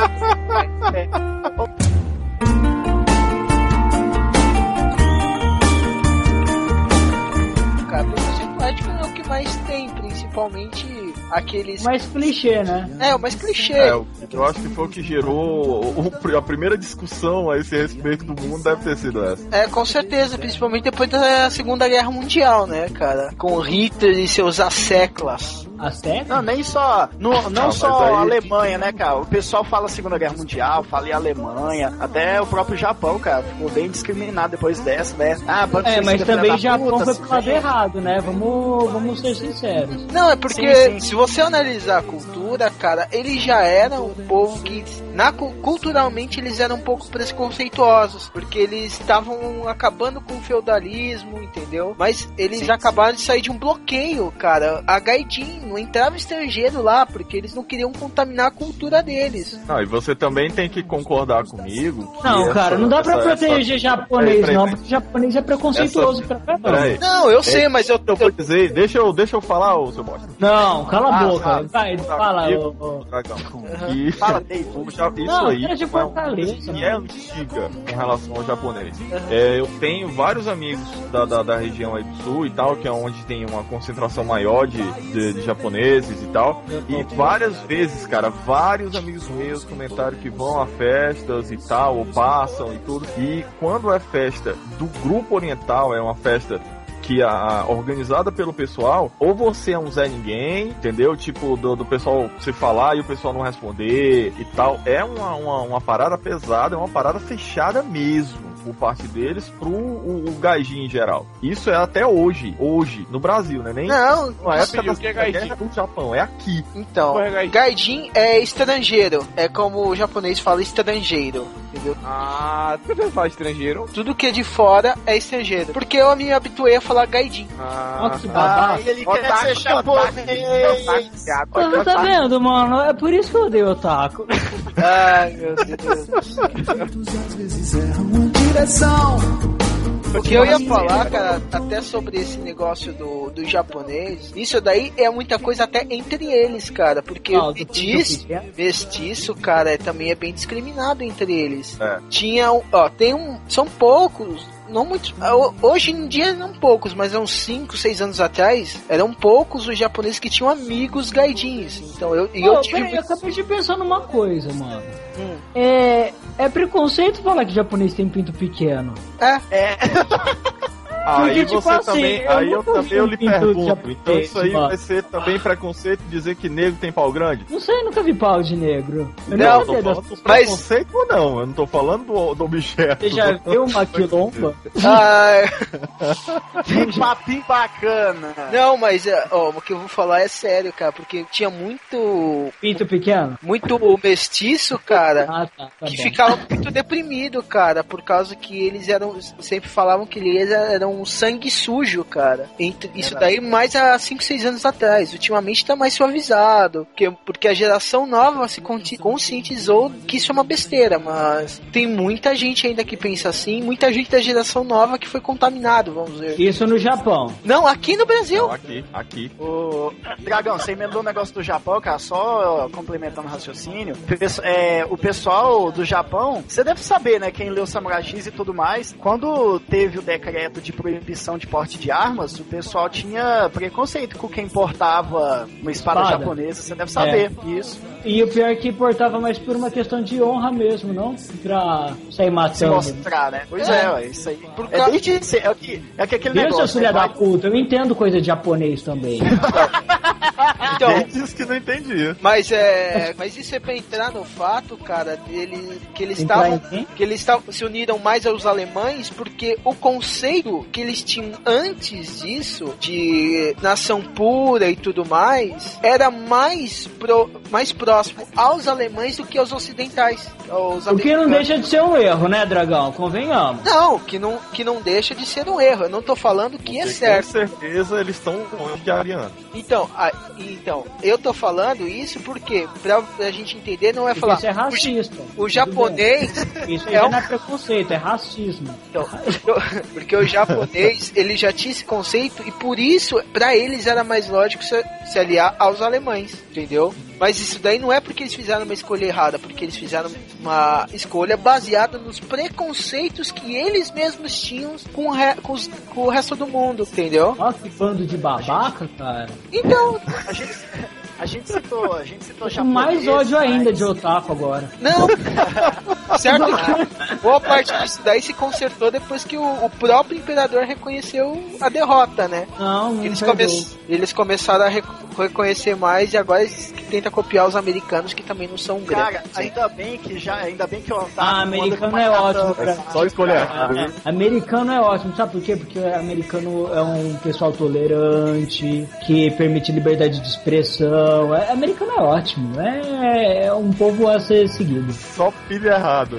cara, preconceito ético é o que mais tem, principalmente aqueles... Mais clichê, né? o mais clichê. Eu acho que foi o que gerou a primeira discussão a esse respeito do mundo, deve ter sido essa. Com certeza, principalmente depois da Segunda Guerra Mundial, né, cara? Com Hitler e seus asseclas. Azteca? Não, nem só. Não só aí... a Alemanha, né, cara? O pessoal fala Segunda Guerra Mundial, fala em Alemanha, até o próprio Japão, cara, ficou bem discriminado depois dessa, né? Mas também o Japão foi pro lado errado, né? Vamos ser sinceros. Não, é porque Sim. se você analisar a cultura, cara, eles já eram um povo que, culturalmente, eles eram um pouco preconceituosos, porque eles estavam acabando com o feudalismo, entendeu? Mas eles acabaram de sair de um bloqueio, cara. A Gaidin, não entrava estrangeiro lá, porque eles não queriam contaminar a cultura deles. Não, e você também tem que concordar comigo que Não, cara, não dá pra proteger japonês, não, porque japonês é preconceituoso pra caramba. Não, eu sei, mas eu vou dizer, deixa eu falar, ô seu bosta. Não, cala a boca. Vai, fala, Dragão. Fala, Dave. Isso aí é antiga em relação ao japonês. Eu tenho vários amigos da região aí do sul e tal, que é onde tem uma concentração maior de japoneses e tal. E várias vezes, cara, vários amigos meus comentaram que vão a festas e tal, ou passam e tudo. E quando é festa do grupo oriental, é uma festa que organizada pelo pessoal, ou você é um Zé Ninguém, entendeu? Tipo, do pessoal você falar e o pessoal não responder e tal. É uma parada pesada, é uma parada fechada mesmo, por parte deles, o gaijin em geral. Isso é até hoje, no Brasil, né? Nem não, na época o que é gaijin no Japão, é aqui. Então, gaijin é estrangeiro, é como o japonês fala estrangeiro, entendeu? Por que você fala estrangeiro? Tudo que é de fora é estrangeiro, porque eu me habituei a falar gaijin. Ele quer ser japonês. Tá vendo, mano? É por isso que eu odeio otaku. Ai, meu Deus. Às vezes erram a direção. O que eu ia falar, cara, até sobre esse negócio do japonês, isso daí é muita coisa até entre eles, cara, porque o mestiço, cara, também é bem discriminado entre eles. Tinha, são poucos, não muitos, hoje em dia não poucos, mas há uns 5, 6 anos atrás, eram poucos os japoneses que tinham amigos gaidins. Então eu acabei de pensar numa coisa, mano. É preconceito falar que japonês tem pinto pequeno. Aí tipo você assim, também, eu lhe pergunto, então isso aí vai ser também preconceito dizer que negro tem pau grande? Não sei, nunca vi pau de negro. Eu não tô falando do preconceito ou não, eu não tô falando do objeto. Você já viu uma quilomba? Que papinho bacana. Não, mas o que eu vou falar é sério, cara, porque tinha muito... Pinto pequeno? Muito mestiço, cara, tá que bom. ficava muito deprimido, cara, por causa que eles sempre falavam que eles eram sangue sujo, cara. Isso daí mais há 5, 6 anos atrás. Ultimamente tá mais suavizado, porque a geração nova se conscientizou que isso é uma besteira, mas tem muita gente ainda que pensa assim, muita gente da geração nova que foi contaminado, vamos dizer. Isso no Japão. Não, aqui no Brasil. Não, aqui. Dragão, você emendou o negócio do Japão, cara, só complementando o raciocínio. O pessoal do Japão, você deve saber, né, quem leu Samurai X e tudo mais, quando teve o decreto de proibição de porte de armas, o pessoal tinha preconceito com quem portava uma espada japonesa, você deve saber isso. E o pior é que importava mais por uma questão de honra mesmo, não? Pra sair matando. Se mostrar, né? Pois é isso aí. É que aquele negócio... Filha da puta, eu entendo coisa de japonês também. Então, Quem disse que não entendia? Mas isso é pra entrar no fato, cara, que eles estavam se uniram mais aos alemães, porque o conceito que eles tinham antes disso, de nação pura e tudo mais, era mais próximo aos alemães do que aos ocidentais. O que não deixa de ser um erro, né, Dragão? Convenhamos. Não, que não deixa de ser um erro. Eu não tô falando que é certo. Com certeza eles estão longe de ariano. Então, eu tô falando isso porque, pra gente entender, não é porque falar... Isso é racista. O japonês... Isso não é preconceito, é racismo. Então, porque o japonês, ele já tinha esse conceito e por isso, pra eles era mais lógico se aliar aos alemães, entendeu? Mas isso daí não é porque eles fizeram uma escolha errada, porque eles fizeram uma escolha baseada nos preconceitos que eles mesmos tinham com o resto do mundo, entendeu? Ó, que bando de babaca, cara. Então... A gente citou japonês. Mais ódio ainda de otaku agora. Não! Certo que boa parte disso daí se consertou depois que o próprio imperador reconheceu a derrota, né? Não eles começaram a reconhecer mais e agora eles tentam copiar os americanos que também não são grandes. Cara, ainda bem que o otaku... americano é ótimo. Só escolher. Americano é ótimo, sabe por quê? Porque o americano é um pessoal tolerante, que permite liberdade de expressão. Americano é ótimo, é um povo a ser seguido. Só filho errado.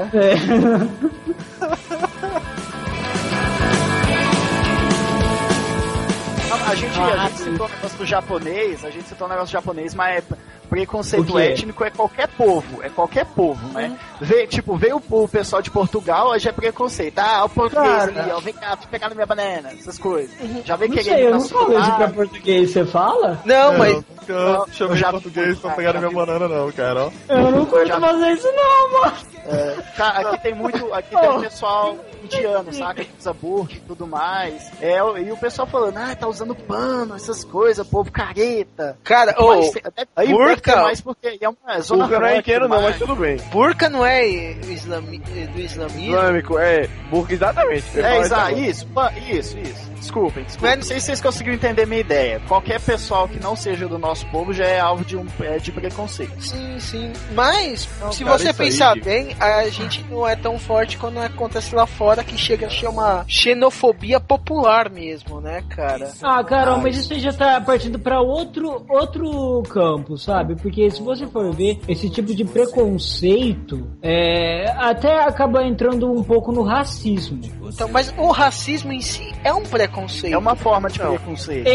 A gente citou o negócio do japonês, mas preconceito étnico é qualquer povo, né? Veio o pessoal de Portugal, aí já é preconceito. O português ali, ó, vem cá, pegar na minha banana, essas coisas. Já vem querendo... Eu não falei isso pra português, você fala? Não, mas... Chamei português pra pegar na minha banana não, cara. Eu não curto fazer isso não, mano. Cara, aqui tem pessoal indiano, saca? Que usa burca e tudo mais. E o pessoal falando, tá usando pano, essas coisas, povo careta. Cara, burca... mais porque é uma zona burca não é inteiro não, mas tudo bem. Burca não é do islamismo? Islâmico, burca exatamente. Isso. Desculpem. Não sei se vocês conseguiram entender minha ideia. Qualquer pessoal que não seja do nosso povo já é alvo de preconceito. Sim. Mas, se você pensar bem, a gente não é tão forte quando acontece lá fora, que chega a ser uma xenofobia popular mesmo, né, cara? Carol, mas isso já tá partindo pra outro campo, sabe? Porque se você for ver, esse tipo de preconceito até acaba entrando um pouco no racismo. Então, mas o racismo em si é um preconceito. É uma forma de preconceito.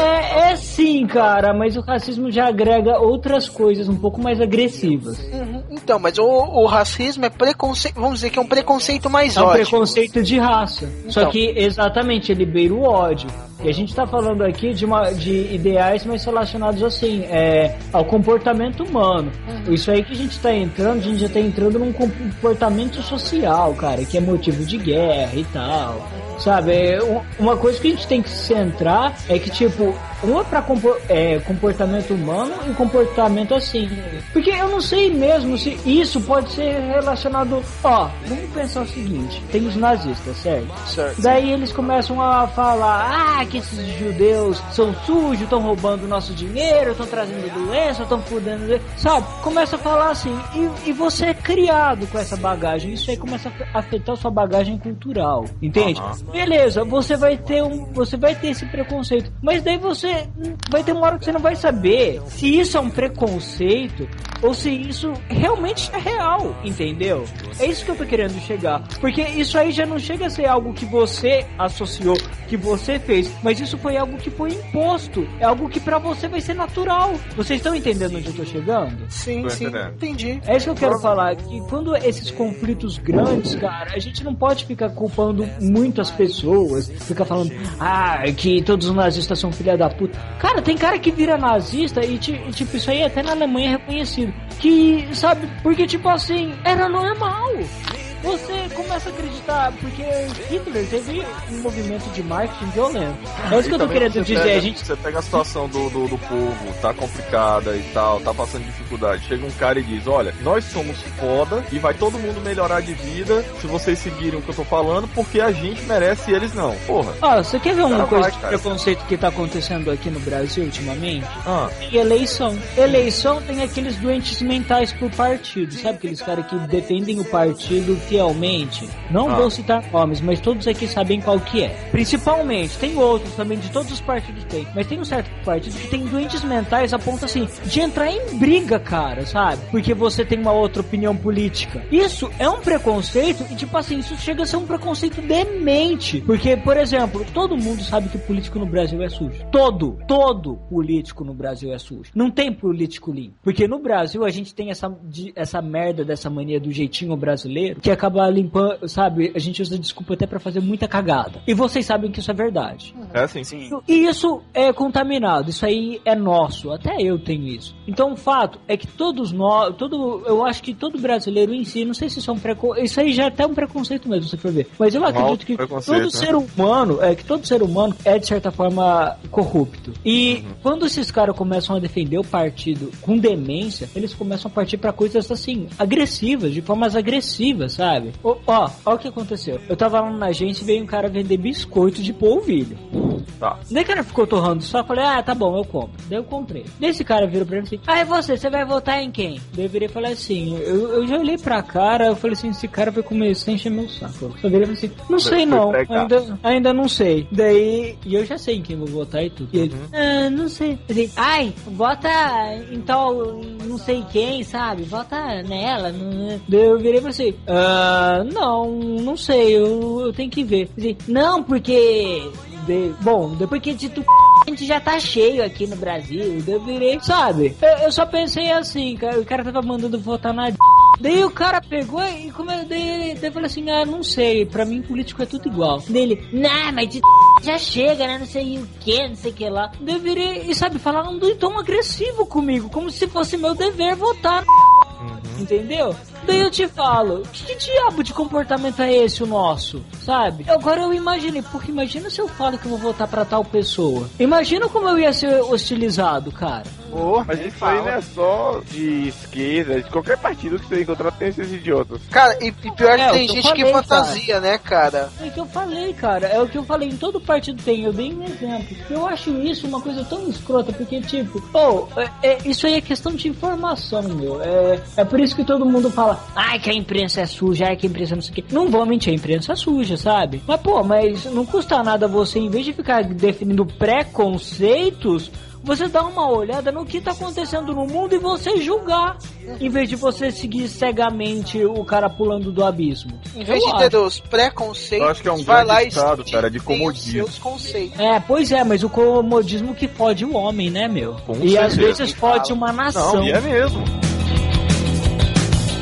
Sim, cara, mas o racismo já agrega outras coisas um pouco mais agressivas. Então, mas o racismo é preconceito, vamos dizer que é um preconceito mais ódio. É um preconceito de raça. Então. Só que, exatamente, ele beira o ódio. E a gente tá falando aqui de ideais mais relacionados, assim, ao comportamento humano. Isso aí que a gente já tá entrando num comportamento social, cara, que é motivo de guerra e tal. Sabe, uma coisa que a gente tem que se centrar é que, tipo, um é pra comportamento humano e um comportamento assim. Porque eu não sei mesmo se isso pode ser relacionado... Ó, vamos pensar o seguinte, tem os nazistas, certo? Certo. Daí eles começam a falar, que esses judeus são sujos, estão roubando nosso dinheiro, estão trazendo doença, estão fudendo... Sabe, começa a falar assim, e você é criado com essa bagagem, isso aí começa a afetar a sua bagagem cultural, entende? Beleza, você vai ter esse preconceito, mas daí você vai ter uma hora que você não vai saber se isso é um preconceito ou se isso realmente é real, entendeu? É isso que eu tô querendo chegar, porque isso aí já não chega a ser algo que você associou, que você fez, mas isso foi algo que foi imposto, é algo que pra você vai ser natural. Vocês estão entendendo onde eu tô chegando? Sim, entendi. É isso que eu quero falar, que quando esses conflitos grandes, cara, a gente não pode ficar culpando muitas pessoas, ficar falando, que todos os nazistas são filha da puta. Cara, tem cara que vira nazista e tipo, isso aí até na Alemanha é reconhecido. Que, sabe, porque tipo assim, era normal. Você começa a acreditar, porque Hitler teve um movimento de marketing violento. É isso que eu tô querendo dizer. Você pega a situação do povo, tá complicada e tal, tá passando dificuldade. Chega um cara e diz, olha, nós somos foda e vai todo mundo melhorar de vida se vocês seguirem o que eu tô falando, porque a gente merece e eles não. Porra. Você quer ver uma coisa de preconceito que tá acontecendo aqui no Brasil ultimamente? Tem eleição. Eleição tem aqueles doentes mentais por partido. Sabe aqueles caras que defendem o partido fielmente? Não vou citar nomes, mas todos aqui sabem qual que é. Principalmente, tem outros também, de todos os partidos tem, mas tem um certo partido que tem doentes mentais a ponto assim, de entrar em briga, cara, sabe? Porque você tem uma outra opinião política. Isso é um preconceito e tipo assim, isso chega a ser um preconceito demente. Porque, por exemplo, todo mundo sabe que o político no Brasil é sujo. Todo político no Brasil é sujo. Não tem político limpo. Porque no Brasil a gente tem essa merda dessa mania do jeitinho brasileiro, que acaba limpando, sabe? A gente usa desculpa até pra fazer muita cagada. E vocês sabem que isso é verdade. É, sim. E isso é contaminado. Isso aí é nosso. Até eu tenho isso. Então o fato é que eu acho que todo brasileiro em si, não sei se isso é um preconceito, isso aí já é até um preconceito mesmo, se você for ver. Mas eu acredito que todo ser humano, é de certa forma corrupto. E quando esses caras começam a defender o partido com demência, eles começam a partir pra coisas assim, agressivas, de formas agressivas, sabe? Ó o que aconteceu. Eu tava lá na agência e veio um cara vender biscoito de polvilho. Tá. Daí o cara ficou torrando só, falei, tá bom, eu compro. Daí eu comprei. Daí esse cara virou pra mim assim, você vai votar em quem? Daí eu virei e falei assim, eu já olhei pra cara, eu falei assim, esse cara vai começar a encher meu saco. Eu virei e falei assim, não sei não, ainda não sei. Daí, e eu já sei em quem vou votar e tudo. E ele, não sei. Eu disse, vota em tal, não sei quem, sabe? Vota nela. Daí eu virei e falei assim, não sei, eu tenho que ver. Disse, não, porque... depois que a gente já tá cheio aqui no Brasil, eu virei, sabe? Eu só pensei assim, cara, o cara tava mandando votar na daí o cara pegou e daí eu falei assim, não sei, pra mim político é tudo igual. Daí ele, mas de já chega, né, não sei o que lá. Daí eu virei, e sabe, falaram de um tom agressivo comigo, como se fosse meu dever votar entendeu? Daí eu te falo, que diabo de comportamento é esse o nosso, sabe? Agora eu imaginei, porque imagina se eu falo que eu vou votar pra tal pessoa. Imagina como eu ia ser hostilizado, cara. Mas isso aí não é só de esquerda, de qualquer partido que você encontrar tem esses idiotas. Cara, e pior que tem gente que fantasia, né, cara? É o que eu falei, cara. É o que eu falei, em todo partido tem. Eu dei um exemplo. Eu acho isso uma coisa tão escrota, porque, tipo, isso aí é questão de informação, meu. É por isso que todo mundo fala, que a imprensa é suja, que a imprensa não sei o quê. Não vou mentir, a imprensa é suja, sabe? Mas não custa nada você, em vez de ficar definindo preconceitos, você dá uma olhada no que tá acontecendo no mundo e você julgar, em vez de você seguir cegamente o cara pulando do abismo. Em vez de ter os preconceitos, eu acho que é um vai lá estado, cara, de comodismo. Seus conceitos. Pois é, mas o comodismo que fode o homem, né, meu? Com e certeza. Às vezes fode uma nação. Não, e é mesmo.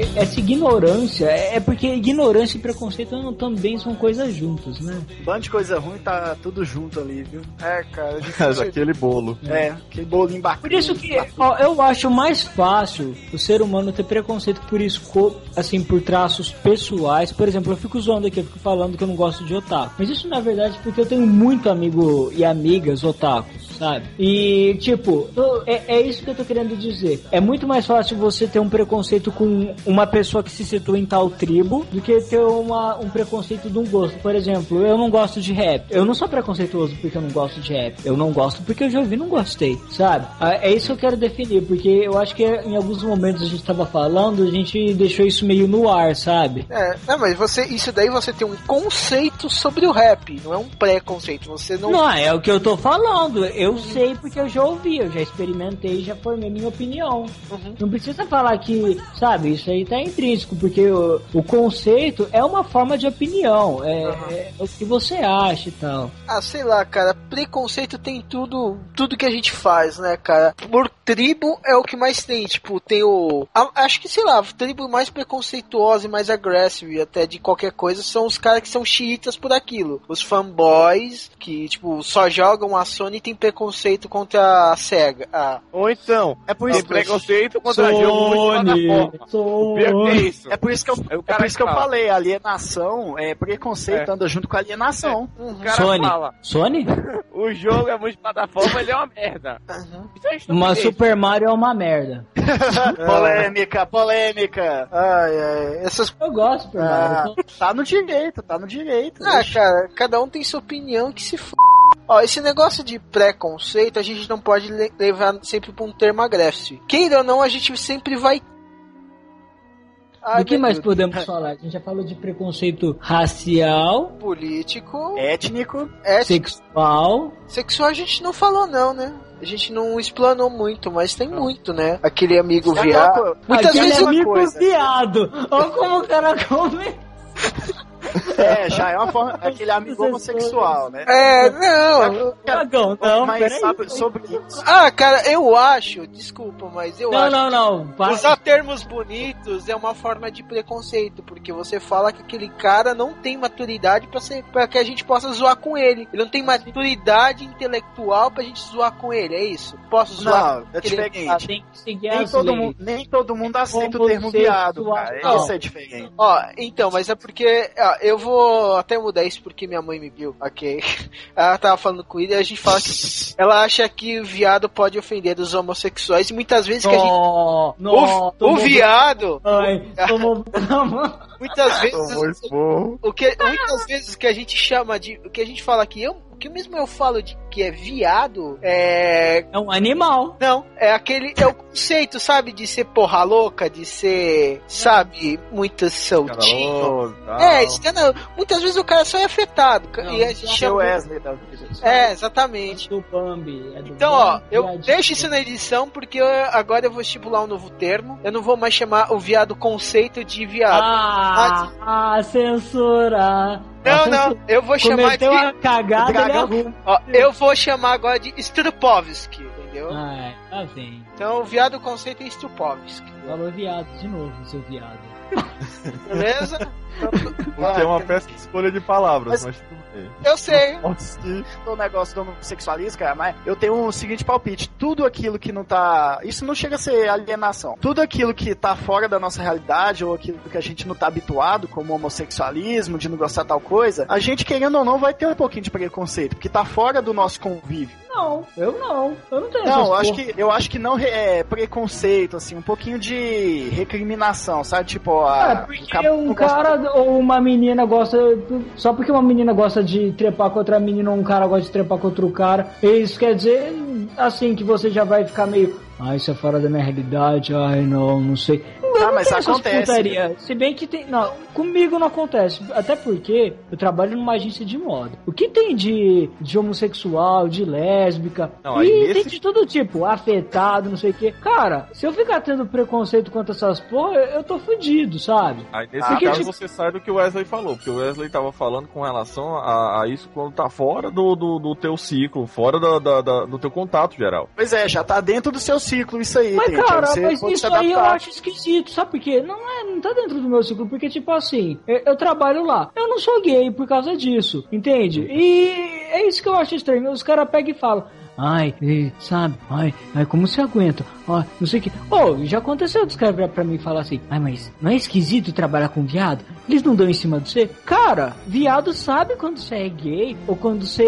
essa ignorância, é porque ignorância e preconceito também são coisas juntas, né? Um bando de coisa ruim tá tudo junto ali, viu? Cara. Aquele bolo. Aquele bolinho bacana. Por isso que eu acho mais fácil o ser humano ter preconceito por isso, assim, por traços pessoais. Por exemplo, eu fico zoando aqui, eu fico falando que eu não gosto de otaku. Mas isso, na verdade, é porque eu tenho muito amigo e amigas otakus, sabe? E, tipo, é isso que eu tô querendo dizer. É muito mais fácil você ter um preconceito com uma pessoa que se situa em tal tribo do que ter um preconceito de um gosto. Por exemplo, eu não gosto de rap. Eu não sou preconceituoso porque eu não gosto de rap. Eu não gosto porque eu já ouvi e não gostei, sabe? É isso que eu quero definir, porque eu acho que em alguns momentos a gente tava falando, a gente deixou isso meio no ar, sabe? Mas isso daí você tem um conceito sobre o rap, não é um preconceito. Você não... Não, é o que eu tô falando. Eu sei porque eu já ouvi, eu já experimentei, já formei minha opinião. Não precisa falar que, sabe, isso aí tá intrínseco, porque o conceito é uma forma de opinião, é o que você acha e tal. Sei lá, cara, preconceito tem tudo que a gente faz, né, cara? Por tribo é o que mais tem, tipo, tem acho que, sei lá, a tribo mais preconceituosa e mais agressiva até de qualquer coisa são os caras que são xiitas por aquilo. Os fanboys que, tipo, só jogam a Sony e tem preconceito contra a SEGA. Ou então, é por isso tem preconceito contra jogo multiplataforma. É por isso que eu falei, alienação, preconceito anda junto com alienação. O cara fala, Sony? O jogo é multiplataforma, ele é uma merda. Mas Super Mario é uma merda. Polêmica. Eu gosto do Super Mario. Tá no direito. Cara, cada um tem sua opinião que se f... esse negócio de preconceito a gente não pode levar sempre pra um termo agressivo. Queira ou não, a gente sempre vai... Do que mais podemos falar? A gente já falou de preconceito racial, político, étnico, sexual. Sexual a gente não falou não, né? A gente não explanou muito, mas tem muito, né? Aquele amigo viado. Muitas vezes amigo viado. Olha como o cara come. Já é uma forma, aquele amigo homossexual, né? Não, mas sabe sobre isso? Cara, eu acho, desculpa, mas eu acho não. Usar termos bonitos é uma forma de preconceito, porque você fala que aquele cara não tem maturidade pra que a gente possa zoar com ele. Ele não tem maturidade intelectual pra gente zoar com ele, é isso? Posso zoar? Não, é diferente. Tem que seguir nem todo mundo aceita o termo viado, cara. Isso é diferente. Então, mas é porque... eu vou até mudar isso porque minha mãe me viu, ok? Ela tava falando com ele e a gente fala que ela acha que o viado pode ofender os homossexuais e muitas vezes que a gente... o viado... Muitas vezes... muitas vezes que a gente chama de... O que a gente fala aqui, que mesmo eu falo de que é viado, é um animal. Não, é o conceito, sabe, de ser porra louca, de ser, sabe, muito soltinho. Muitas vezes o cara só é afetado. E a gente chama... Wesley da vida. Exatamente. Do Bambi. Então, eu deixo isso na edição porque agora eu vou estipular um novo termo. Eu não vou mais chamar o viado conceito de viado. Censura. Não, eu vou chamar de... uma cagada, eu vou chamar agora de Strupovski, entendeu? Tá bem. Então o viado conceito é Strupovski. Falou viado de novo, seu viado. Beleza? Porque é uma péssima escolha de palavras, mas tudo bem. Eu sei. O negócio do homossexualismo, cara, mas eu tenho o seguinte palpite: tudo aquilo que não tá... Isso não chega a ser alienação. Tudo aquilo que tá fora da nossa realidade, ou aquilo que a gente não tá habituado, como homossexualismo, de não gostar tal coisa, a gente, querendo ou não, vai ter um pouquinho de preconceito, porque tá fora do nosso convívio. Eu não tenho. Não, eu acho que não é preconceito, assim, um pouquinho de recriminação, sabe? Tipo, porque um cara ou uma menina gosta... Só porque uma menina gosta de trepar com outra menina ou um cara gosta de trepar com outro cara, isso quer dizer, assim, que você já vai ficar meio... isso é fora da minha realidade, não sei. Mas acontece. Se bem que tem... Não, comigo não acontece. Até porque eu trabalho numa agência de moda. O que tem de homossexual, de lésbica, tem de todo tipo, afetado, não sei o quê. Cara, se eu ficar tendo preconceito contra essas porra, eu tô fudido, sabe? Aí nesse caso você sabe o que o Wesley falou, porque o Wesley tava falando com relação a isso quando tá fora do teu ciclo, fora do teu contato geral. Pois é, já tá dentro do seu ciclo isso aí. Mas cara, mas isso aí eu acho esquisito. sabe por quê? Não tá dentro do meu ciclo, porque, tipo assim, eu trabalho lá. Eu não sou gay por causa disso, entende? E é isso que eu acho estranho. Os caras pegam e falam, ai, sabe, ai, como você aguenta? Ó, não sei o que. Já aconteceu dos caras pra mim falar assim, ai, mas não é esquisito trabalhar com viado? Eles não dão em cima de você? Cara, viado sabe quando você é gay, ou quando você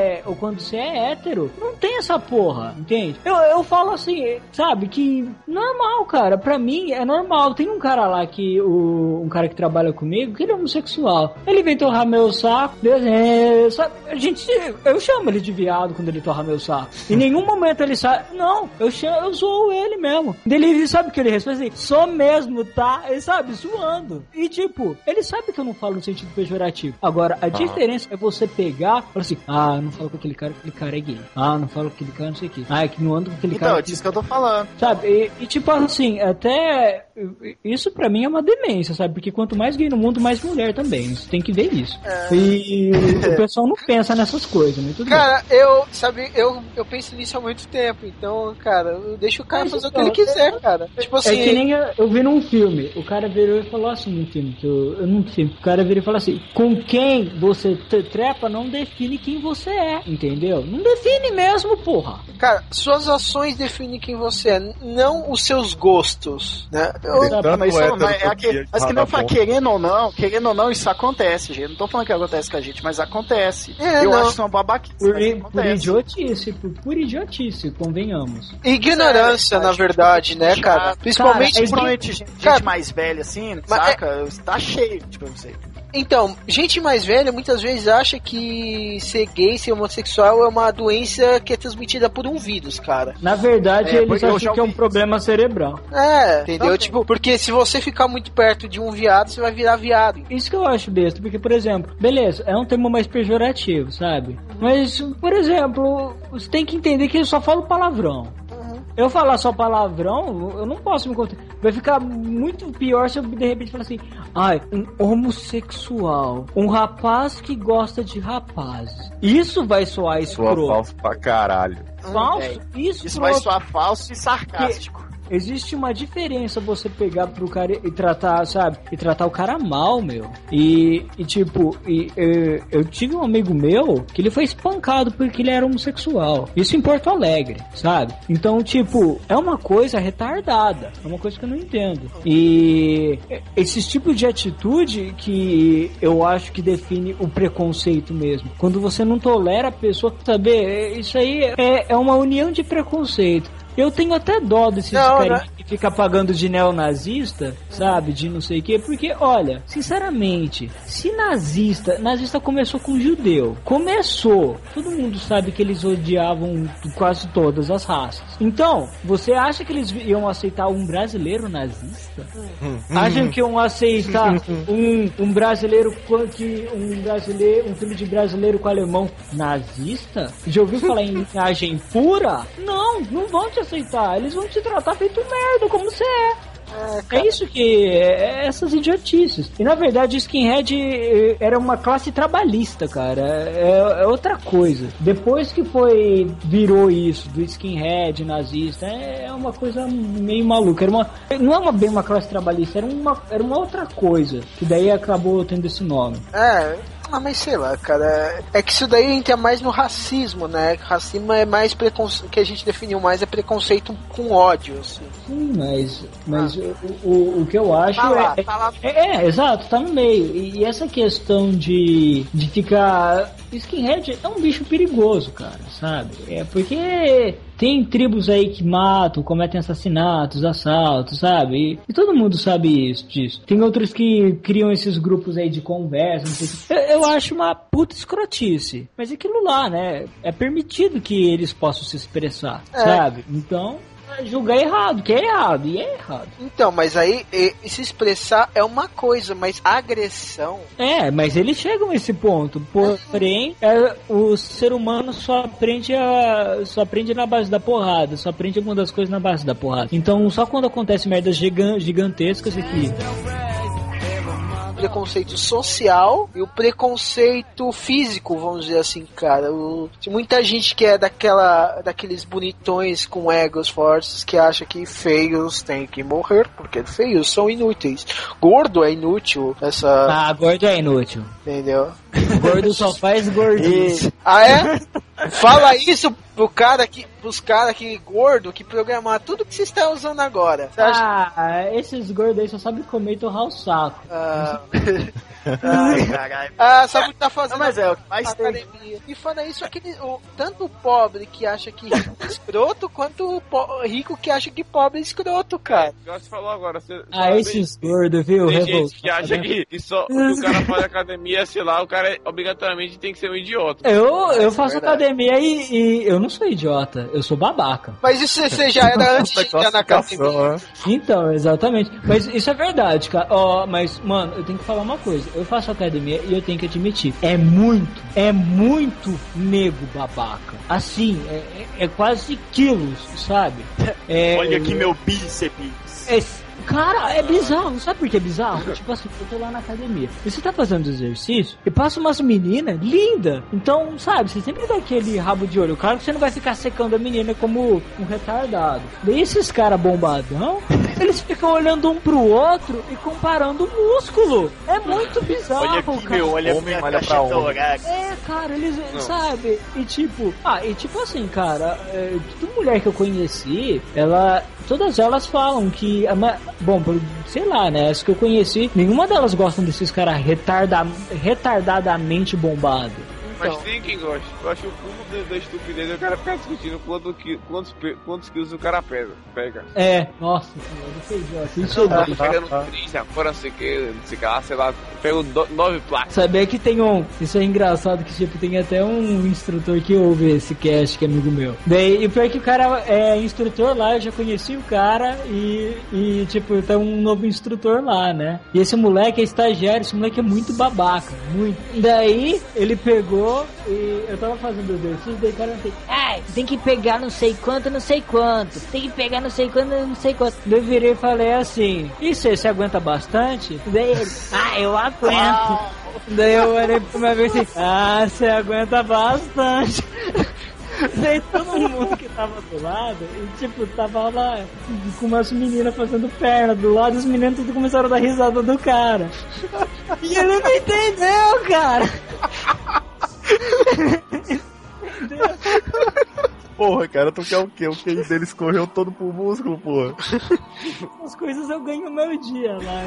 é hétero. Não tem essa porra, entende? Eu falo assim, sabe, que normal, cara, pra mim é normal. Tem um cara lá um cara que trabalha comigo, que ele é homossexual. Ele vem torrar meu saco, sabe, eu chamo ele de viado quando ele torra meu saco. Em nenhum momento ele sabe, não, eu zoo ele mesmo. Ele sabe que ele responde assim, sou mesmo, tá? Ele sabe, zoando. E tipo, ele sabe que eu não falo no sentido pejorativo. Agora, a diferença é você pegar e falar assim, eu não falo com aquele cara é gay. Não falo com aquele cara, não sei o que. É que não ando com aquele cara. Então, é disso que eu tô falando. Sabe, e tipo assim, até isso pra mim é uma demência, sabe? Porque quanto mais gay no mundo, mais mulher também. Você tem que ver isso. E o pessoal não pensa nessas coisas, né? Tudo cara, eu penso nisso há muito tempo, então, cara, eu deixo o cara fazer o que ele quiser, cara. Tipo assim... É que nem eu vi num filme, o cara virou e falou assim num filme, o cara virou e falou assim, com quem você trepa não define quem você é, entendeu? Não define mesmo, porra. Cara, suas ações definem quem você é, não os seus gostos, né? Mas que não fala, querendo ou não, isso acontece, gente. Não tô falando que acontece com a gente, mas acontece. Eu acho que é uma babaquice. Por idiotice, convenhamos. Ignorância, na verdade, né, cara? Principalmente gente mais velha, assim, saca? Tá cheio, tipo, eu não sei. Então, gente mais velha muitas vezes acha que ser gay, ser homossexual é uma doença que é transmitida por um vírus, cara. Na verdade, eles acham que é um problema cerebral. Entendeu? Tipo, porque se você ficar muito perto de um viado, você vai virar viado. Isso que eu acho besta, porque, por exemplo, beleza, é um termo mais pejorativo, sabe? Mas, por exemplo, você tem que entender que eu só falo palavrão. Eu falar só palavrão, eu não posso me contar. Vai ficar muito pior se eu de repente falar assim, um homossexual, um rapaz que gosta de rapazes. Isso vai soar escroto. Soa falso pra caralho. Falso? Isso vai soar falso e sarcástico. Existe uma diferença você pegar pro cara e tratar, sabe? E tratar o cara mal, meu. E eu tive um amigo meu que ele foi espancado porque ele era homossexual. Isso em Porto Alegre, sabe? Então, tipo, é uma coisa retardada. É uma coisa que eu não entendo. E esses tipos de atitude que eu acho que define o preconceito mesmo. Quando você não tolera a pessoa, sabe? Isso aí é uma união de preconceito. Eu tenho até dó desses caras que ficam pagando de neonazista, sabe? De não sei o quê. Porque, olha, sinceramente, se nazista começou com judeu. Começou. Todo mundo sabe que eles odiavam quase todas as raças. Então, você acha que eles iam aceitar um brasileiro nazista? Acham que iam aceitar um brasileiro um filho de brasileiro com alemão nazista? Já ouviu falar em linhagem pura? Não vão te aceitar, eles vão te tratar feito merda, como você é. É isso que essas idiotices. E na verdade o skinhead era uma classe trabalhista, cara. É outra coisa. Depois que virou isso do skinhead nazista, é uma coisa meio maluca. Não é bem uma classe trabalhista, era uma outra coisa. Que daí acabou tendo esse nome. Mas sei lá, cara. É que isso daí entra mais no racismo, né? Racismo é mais preconceito. Que a gente definiu mais é preconceito com ódio, assim. Sim, mas o que eu acho exato, tá no meio. E essa questão de ficar. Skinhead é um bicho perigoso, cara, sabe? Porque tem tribos aí que matam, cometem assassinatos, assaltos, sabe? E todo mundo sabe disso. Tem outros que criam esses grupos aí de conversa, não sei o que. Eu acho uma puta escrotice. Mas aquilo lá, né? É permitido que eles possam se expressar, sabe? Então, julgar errado, que é errado, e é errado. Então, mas aí se expressar é uma coisa, mas agressão... mas eles chegam a esse ponto. Porém, o ser humano só aprende na base da porrada, só aprende alguma das coisas na base da porrada. Então, só quando acontece merdas gigantescas aqui... preconceito social e o preconceito físico, vamos dizer assim, cara. Tem muita gente que é daqueles bonitões com egos fortes que acha que feios têm que morrer, porque feios são inúteis. Gordo é inútil. Gordo é inútil. Entendeu? Gordo só faz gordice. Ah, é? Fala isso pros caras que gordo, que programar tudo que você está usando agora. Esses gordos aí só sabem comer e torrar o saco. Caralho. Sabe o que tá fazendo? Mas é o que mais tem. E fora isso, tanto o pobre que acha que rico é escroto, quanto o rico que acha que pobre é escroto, cara. Você falou agora. Esses gordos, viu? Tem gente que acha que só o cara faz academia, sei lá, o cara obrigatoriamente tem que ser um idiota. Eu faço academia e eu não sou idiota, eu sou babaca. Mas isso você já era antes de entrar na academia. Então, exatamente. Mas isso é verdade, cara. Mas, mano, eu tenho que falar uma coisa. Eu faço academia e eu tenho que admitir. É muito nego babaca. Assim, é quase quilos, sabe? Olha aqui meu bíceps. Cara, é bizarro. Sabe por que é bizarro? Tipo assim, eu tô lá na academia e você tá fazendo exercício e passa umas meninas lindas. Então, sabe, você sempre dá aquele rabo de olho. Claro que você não vai ficar secando a menina como um retardado. Daí esses caras bombadão, eles ficam olhando um pro outro e comparando o músculo. É muito bizarro, olha aqui, cara. homem olha pra homem. Cara, eles, sabe? E tipo assim, cara, toda mulher que eu conheci, todas elas falam que bom, sei lá, né? As que eu conheci, nenhuma delas gostam desses caras retardadamente bombados. Mas tem quem gosta. Eu acho o cúmulo da estupidez é o cara ficar discutindo quantos quilos o cara pega. Nossa senhora, eu sei, isso eu pegando 3, agora não sei o que, sei lá, pego 9 placas. Sabia que tem isso é engraçado, que tipo, tem até um instrutor que ouve esse cast, que é amigo meu. Daí, e o pior é que o cara é instrutor lá, eu já conheci o cara e tipo, tem um novo instrutor lá, né? E esse moleque é estagiário, esse moleque é muito babaca, muito. Daí, ele pegou e eu tava fazendo exercício, daí o cara tem que pegar não sei quanto, tem que pegar não sei quanto. Daí eu virei e falei assim, e você aguenta bastante? Daí ele, eu aguento. Daí eu olhei pra minha vez assim, você aguenta bastante. Daí todo mundo que tava do lado, e tipo, tava lá com umas meninas fazendo perna do lado, e os meninos tudo começaram a dar risada do cara. E ele não entendeu, cara. Porra, cara, tu quer o quê? O QI dele escorreu todo pro músculo, porra. As coisas eu ganho meu dia lá,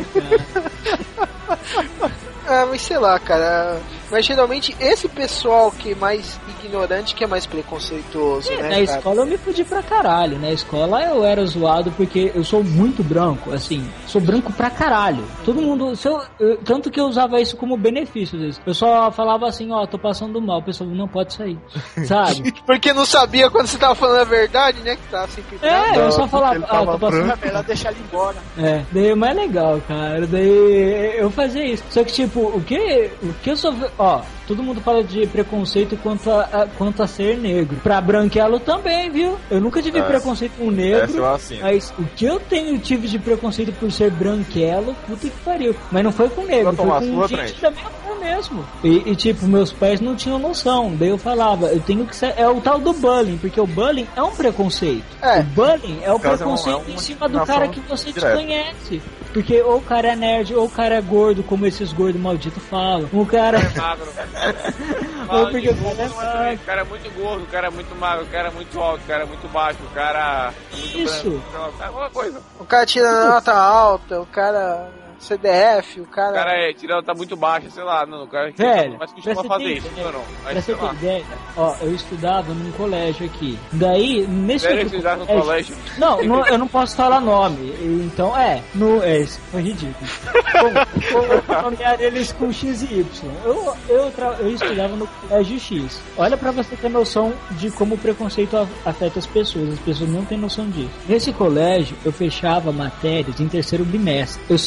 cara. Mas sei lá, cara. Mas geralmente esse pessoal que é mais ignorante, que é mais preconceituoso, né? Na escola eu me fudi pra caralho. Na escola eu era zoado porque eu sou muito branco, assim. Sou branco pra caralho. Todo mundo. Tanto que eu usava isso como benefício. Às vezes. Eu só falava assim, tô passando mal. O pessoal não pode sair. Sabe? Porque não sabia quando você tava falando a verdade, né? Que tava sempre. Eu só falava, tô passando. É melhor deixar ele embora. Daí é mais legal, cara. Daí eu fazia isso. Só que tipo, o que eu sou. Todo mundo fala de preconceito quanto a ser negro. Pra branquelo também, viu? Eu nunca tive preconceito com negro. Mas o que eu tive de preconceito por ser branquelo, puta que pariu. Mas não foi com negro, foi com gente também mesmo. E tipo, meus pais não tinham noção. Daí eu falava, eu tenho que ser. É o tal do bullying, porque o bullying é um preconceito. O bullying é o preconceito em cima do cara que você desconhece. Porque ou o cara é nerd, ou o cara é gordo, como esses gordos malditos falam. O cara é magro. Ou porque o cara é muito gordo, o cara é muito magro, o cara é muito alto, o cara é muito baixo, o cara é muito isso. Branco, alguma coisa. O cara tira nota alta, o cara CDF, o cara tira nota muito baixa, sei lá, não, o cara velho, mas costuma fazer isso, não. Pra você ter ideia, eu estudava num colégio aqui. Daí, nesse no colégio? Não, eu não posso falar nome. Então, isso foi ridículo. Vou nomear eles com X e Y. Eu estudava no colégio X. Olha pra você ter noção de como o preconceito afeta as pessoas não têm noção disso. Nesse colégio, eu fechava matérias em terceiro bimestre. Eu sempre fui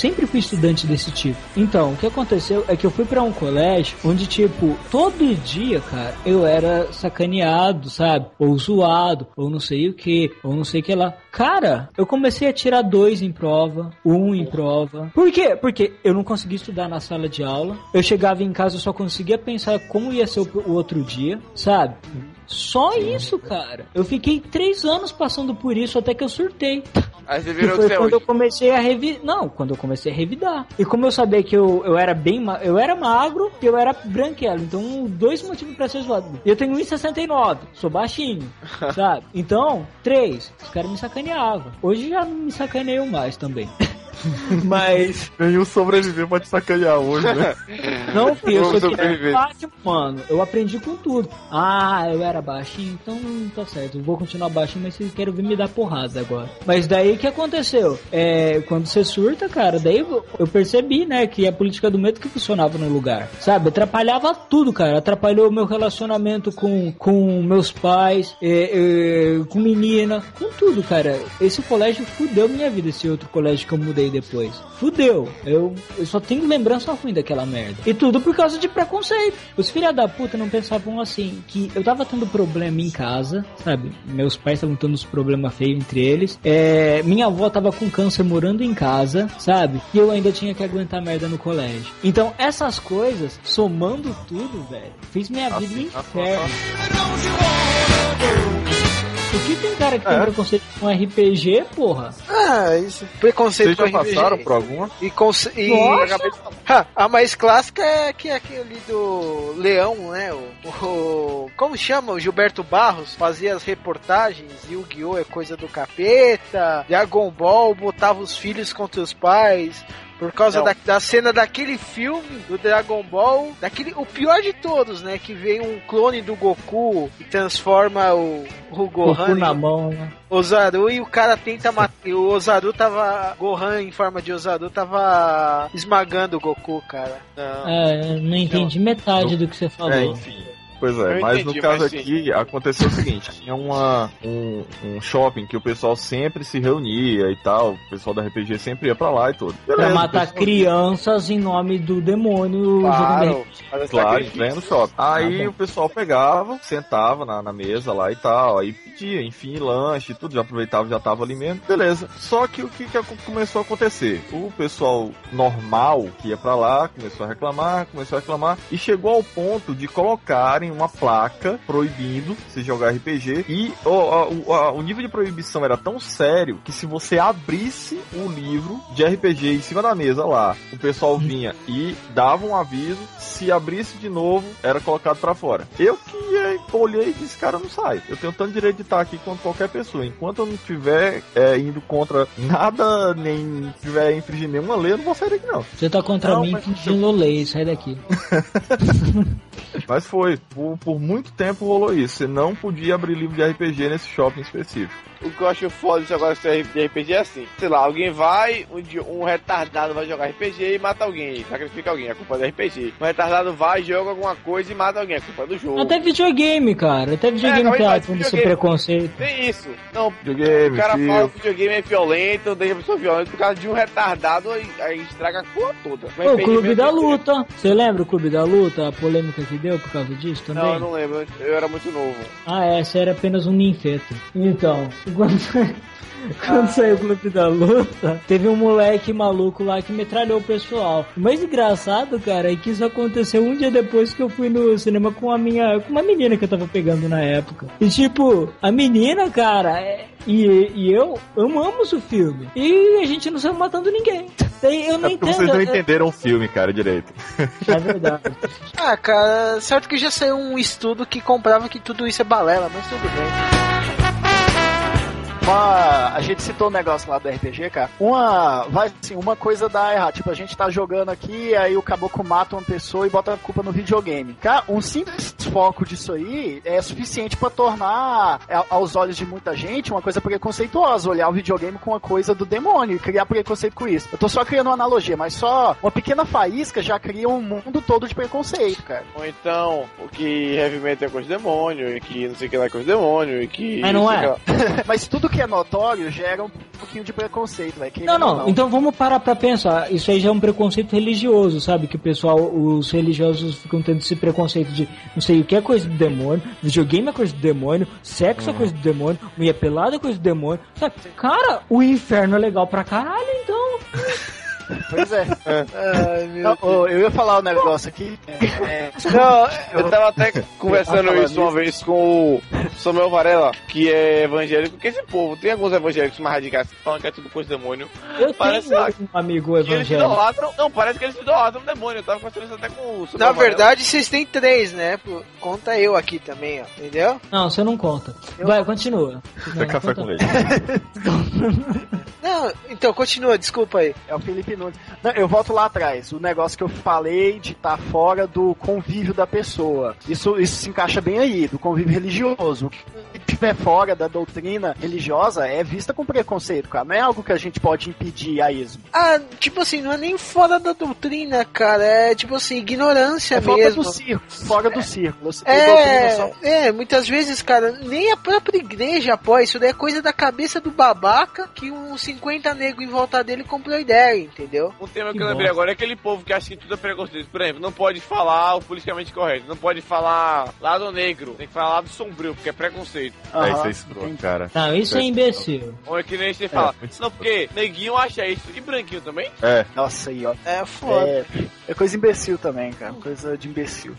estudante desse tipo. Então, o que aconteceu é que eu fui pra um colégio onde, tipo, todo dia, cara, eu era sacaneado, sabe? Ou zoado, ou não sei o que, ou não sei o que lá. Cara, eu comecei a tirar 2 em prova, 1 em prova. Por quê? Porque eu não conseguia estudar na sala de aula. Eu chegava em casa, eu só conseguia pensar como ia ser o outro dia, sabe? Só isso, cara. Eu fiquei 3 anos passando por isso até que eu surtei. Aí você virou foi quando eu comecei a revidar. Não, quando eu comecei a revidar. E como eu sabia que eu era eu era magro e eu era branquelo. Então, 2 motivos pra ser zoado. Eu tenho 1,69, sou baixinho, sabe? Então, 3, os caras me sacaneavam. Hoje já não me sacaneiam mais também. Mas nenhum sobreviver pode sacanear hoje, né? Não, filho, eu sou que é fácil, mano. Eu aprendi com tudo. Ah, eu era baixinho, então tá certo. Eu vou continuar baixinho, mas vocês querem vir me dar porrada agora. Mas daí o que aconteceu? Quando você surta, cara, daí eu percebi, né, que a política do medo que funcionava no lugar. Sabe? Atrapalhava tudo, cara. Atrapalhou o meu relacionamento com meus pais, com menina, com tudo, cara. Esse colégio fudeu minha vida, esse outro colégio que eu mudei depois. Fudeu. Eu só tenho lembrança ruim daquela merda. E tudo por causa de preconceito. Os filha da puta não pensavam assim, que eu tava tendo problema em casa, sabe? Meus pais estavam tendo uns problemas feios entre eles. Minha avó tava com câncer morando em casa, sabe? E eu ainda tinha que aguentar merda no colégio. Então, essas coisas, somando tudo, velho, fez minha vida um inferno. Por que tem cara que tem preconceito com RPG, porra? Isso. Preconceito Vocês com já RPG. passaram por alguma? A mais clássica é que aquele do Leão, né? Como chama? O Gilberto Barros fazia as reportagens. Yu-Gi-Oh! É coisa do capeta. Dragon Ball botava os filhos contra os pais. Por causa da cena daquele filme do Dragon Ball, o pior de todos, né? Que vem um clone do Goku e transforma o Gohan Goku na mão, né? Ozaru, e o cara tenta matar. O Ozaru Gohan em forma de Ozaru tava esmagando o Goku, cara. Não entendi metade do que você falou. Enfim. Pois é, mas no caso aqui aconteceu o seguinte, tinha um shopping que o pessoal sempre se reunia e tal, o pessoal da RPG sempre ia pra lá e tudo. Beleza, pra matar crianças em nome do demônio. Claro, no shopping. Aí o pessoal pegava, sentava na mesa lá e tal, aí pedia, enfim, lanche e tudo, já aproveitava, já tava ali mesmo. Beleza, só que o que começou a acontecer? O pessoal normal que ia pra lá começou a reclamar e chegou ao ponto de colocarem uma placa proibindo se jogar RPG e o nível de proibição era tão sério que se você abrisse o livro de RPG em cima da mesa lá, o pessoal vinha e dava um aviso, se abrisse de novo, era colocado pra fora. Eu que olhei e disse, cara, não sai. Eu tenho tanto direito de estar aqui quanto qualquer pessoa. Enquanto eu não estiver indo contra nada, nem estiver infringindo nenhuma lei, eu não vou sair daqui não. Você tá contra mim infringindo lei, sai daqui. Mas foi, por muito tempo rolou isso. Você não podia abrir livro de RPG nesse shopping específico. O que eu acho foda disso agora de RPG é assim, sei lá, alguém vai, um retardado vai jogar RPG e mata alguém, sacrifica alguém, a culpa é do RPG. Um retardado vai, joga alguma coisa e mata alguém, a culpa é do jogo. Até videogame, cara, tá tendo esse preconceito. Tem isso. Não, videogame, o cara fala que o videogame é violento, deixa a pessoa violenta por causa de um retardado, aí estraga a porra toda. O Clube da Luta, você lembra o Clube da Luta, a polêmica que deu por causa disso também? Não, eu não lembro, eu era muito novo. Essa era apenas um ninfeto. Então, quando saiu o Clube da Luta, teve um moleque maluco lá que metralhou o pessoal. O mais engraçado, cara, é que isso aconteceu um dia depois que eu fui no cinema com uma menina que eu tava pegando na época. E tipo, a menina, cara, e eu amamos o filme. E a gente não saiu matando ninguém. Eu não entendo. Vocês não entenderam o filme, cara, direito. É verdade. Cara, certo que já saiu um estudo que comprava que tudo isso é balela, mas tudo bem. A gente citou o negócio lá do RPG, cara. Uma coisa dá errado. Tipo, a gente tá jogando aqui, aí o caboclo mata uma pessoa e bota a culpa no videogame. Cara, um simples foco disso aí é suficiente pra tornar, aos olhos de muita gente, uma coisa preconceituosa. Olhar o videogame com uma coisa do demônio e criar preconceito com isso. Eu tô só criando uma analogia, mas só uma pequena faísca já cria um mundo todo de preconceito, cara. Ou então, o que heavy metal é coisa do demônio, e que não sei o que lá é coisa do demônio, e que... Mas não é. Mas tudo que é notório, gera um pouquinho de preconceito, velho. Não. Então vamos parar pra pensar. Isso aí já é um preconceito religioso, sabe? Que o pessoal, os religiosos ficam tendo esse preconceito de não sei o que é coisa do demônio, videogame é coisa do demônio, sexo é coisa do demônio, mulher pelada é coisa do demônio. Sabe? Cara, o inferno é legal pra caralho, então. Pois é. Ai, eu ia falar um negócio aqui. Não, eu tava até conversando isso uma vez com o Samuel Varela, que é evangélico, porque esse povo, tem alguns evangélicos mais radicais que falam que é tudo coisa do demônio. Eu tenho um amigo evangélico. Parece que eles idolatram o demônio. Eu tava conversando isso até com o Samuel Na verdade, vocês têm 3, né? Conta eu aqui também, ó. Entendeu? Não, você não conta. Vai, continua. Tem café com leite. Não, então continua, desculpa aí. É o Felipe Nunes. Não, eu volto lá atrás. O negócio que eu falei de estar fora do convívio da pessoa. Isso se encaixa bem aí, do convívio religioso. O que estiver fora da doutrina religiosa é vista com preconceito, cara. Não é algo que a gente pode impedir a esmo. Ah, tipo assim, não é nem fora da doutrina, cara. É tipo assim, ignorância mesmo. Fora do círculo. Muitas vezes, cara, nem a própria igreja apoia. Isso daí é coisa da cabeça do babaca que uns 50 negros em volta dele comprou ideia, entendeu? Um tema que eu lembrei agora é aquele povo que acha que tudo é preconceito. Por exemplo, não pode falar o politicamente correto, não pode falar lado negro, tem que falar lado sombrio, porque é preconceito. Isso é escroto, cara. Não, isso é imbecil. Ou é que nem você fala, não, porque neguinho acha isso, e branquinho também? Nossa, aí, ó. É foda. É coisa imbecil também, cara. Coisa de imbecil.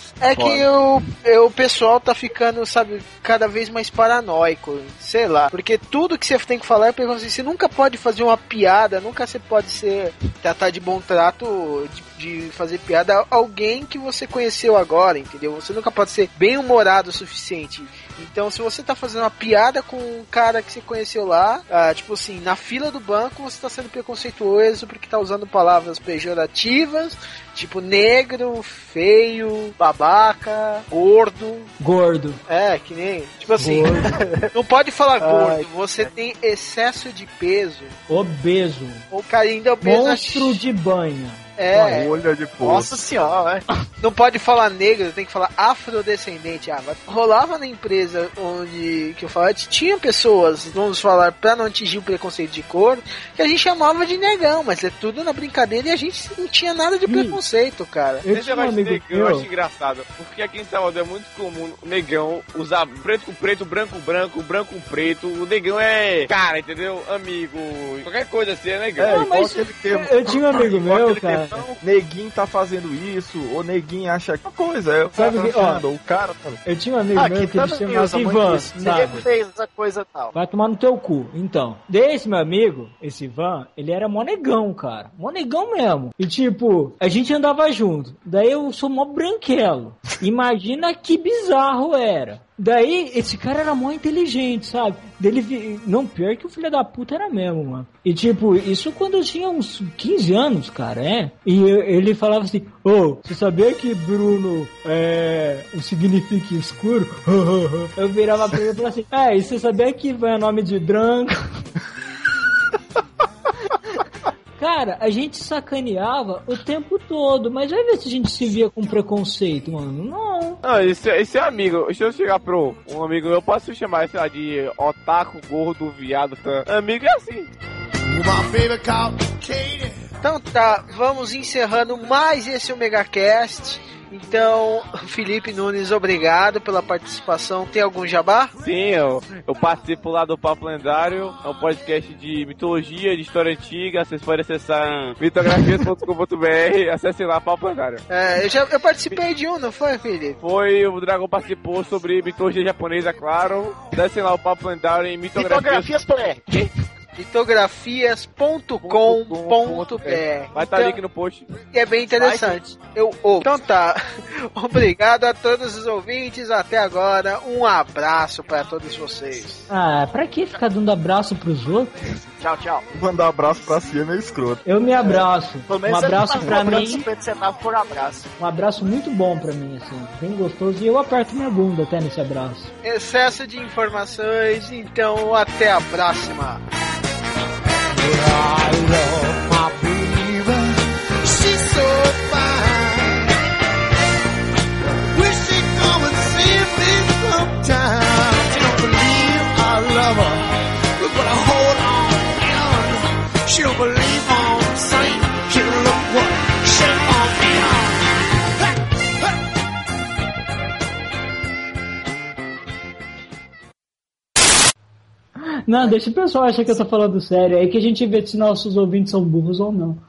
Que o pessoal tá ficando, sabe, cada vez mais paranoico, sei lá. Porque tudo que você tem que falar é preconceito. Você nunca pode fazer uma piada, nunca você pode tratar de bom trato, de fazer piada a alguém que você conheceu agora, entendeu? Você nunca pode ser bem humorado o suficiente. Então, se você tá fazendo uma piada com um cara que você conheceu lá, tipo assim, na fila do banco, você tá sendo preconceituoso porque tá usando palavras pejorativas, tipo negro, feio, babaca, gordo. É, que nem, tipo assim, não pode falar gordo, você tem excesso de peso. Obeso. O cara ainda é obeso. Monstro de banha. Olha de poço. Nossa senhora, Não pode falar negro, tem que falar afrodescendente. Rolava na empresa onde que eu falava, tinha pessoas, vamos falar, pra não atingir o preconceito de cor, que a gente chamava de negão, mas é tudo na brincadeira e a gente não tinha nada de preconceito, cara. Eu acho engraçado, porque aqui em Salvador é muito comum o negão usar preto com preto, branco com branco, branco com preto. O negão é cara, entendeu? Amigo, qualquer coisa assim é negão. Mas eu tinha um amigo meu, cara. Neguinho tá fazendo isso, ou neguinho acha que coisa, o cara. Eu tinha um amigo meu que ele se chamava Ivan, sabe? Fez essa coisa tal. Vai tomar no teu cu. Então, desse meu amigo, esse Ivan, ele era mó negão, cara. Mó negão mesmo. E tipo, a gente andava junto. Daí eu sou mó branquelo. Imagina que bizarro era. Daí, esse cara era mó inteligente, sabe? Não, pior que o filho da puta era mesmo, mano. E tipo, isso quando eu tinha uns 15 anos, cara, E ele falava assim, você sabia que Bruno significa escuro? Eu virava pra ele e falava assim, e você sabia que vai o nome de branco? Cara, a gente sacaneava o tempo todo, mas vai ver se a gente se via com preconceito, mano. Não. Esse é amigo. Deixa eu chegar pro um amigo meu, eu posso chamar, sei lá, de otaku, gordo, viado, amigo é assim. Então tá, vamos encerrando mais esse Omega Cast. Então, Felipe Nunes, obrigado pela participação. Tem algum jabá? Sim, eu participo lá do Papo Lendário. É um podcast de mitologia, de história antiga. Vocês podem acessar em mitografias.com.br. Acessem lá, Papo Lendário. Eu participei de um, não foi, Felipe? Foi, o Dragão participou sobre mitologia japonesa, claro. Acessem lá o Papo Lendário em mitografias.com.br. Vai estar link no post. É bem interessante. Então tá. Obrigado a todos os ouvintes. Até agora. Um abraço para todos vocês. Pra que ficar dando abraço pros outros? Tchau, tchau. Mandar abraço pra si é meio escroto. Eu me abraço. Um abraço pra mim. 50 centavos por abraço. Um abraço muito bom pra mim, assim. Bem gostoso. E eu aperto minha bunda até nesse abraço. Excesso de informações. Então, até a próxima. I love my believer, she's so fine. Wish she'd come and see me sometime. She don't believe I love her. Não, deixa o pessoal achar que eu tô falando sério. É aí que a gente vê se nossos ouvintes são burros ou não.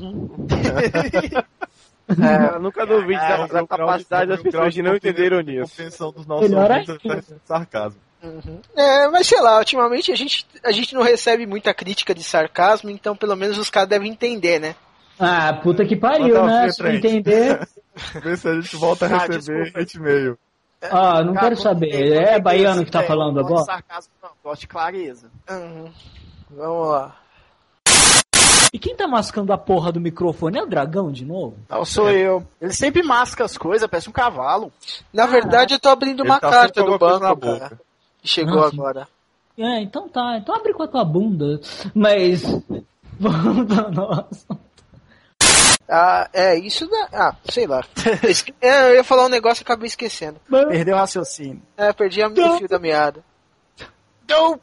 Eu nunca duvide da capacidade das pessoas de não entenderem nisso. Compreensão dos nossos ouvintes é sarcasmo. Mas sei lá, ultimamente a gente não recebe muita crítica de sarcasmo, então pelo menos os caras devem entender, né? Ah, puta que pariu, né? Se entender. Vê se a gente volta a receber hate mail. Não quero saber. É baiano que tá falando agora? Sarcasmo não, gosto de clareza. Vamos lá. E quem tá mascando a porra do microfone? É o Dragão de novo? Não, sou eu. Ele sempre masca as coisas, parece um cavalo. Na verdade, eu tô abrindo uma carta do banco, cara. Que chegou agora. Então tá. Então abre com a tua bunda. Mas... Vamos ao nosso... isso da... sei lá. Eu ia falar um negócio e acabei esquecendo. Perdeu o raciocínio. Perdi o fio da meada. Não!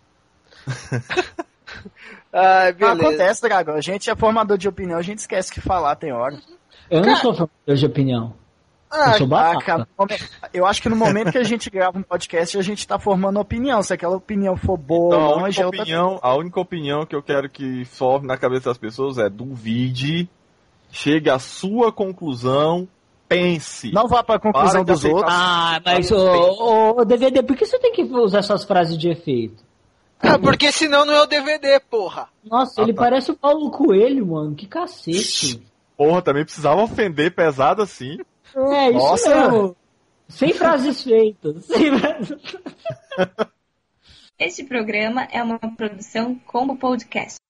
Beleza. Acontece, Dragão. A gente é formador de opinião, a gente esquece que falar tem hora. Eu não sou formador de opinião. Eu sou babaca. Eu acho que no momento que a gente grava um podcast, a gente tá formando opinião. Se aquela opinião for boa ou não, a única opinião que eu quero que forme na cabeça das pessoas é duvide, chegue à sua conclusão, pense. Não vá pra conclusão dos outros. Mas o DVD, por que você tem que usar essas frases de efeito? Porque senão não é o DVD, porra. Nossa, ele parece o Paulo Coelho, mano. Que cacete. Porra, também precisava ofender pesado assim. Isso mesmo. Sem frases feitas. Este programa é uma produção Combo Podcast.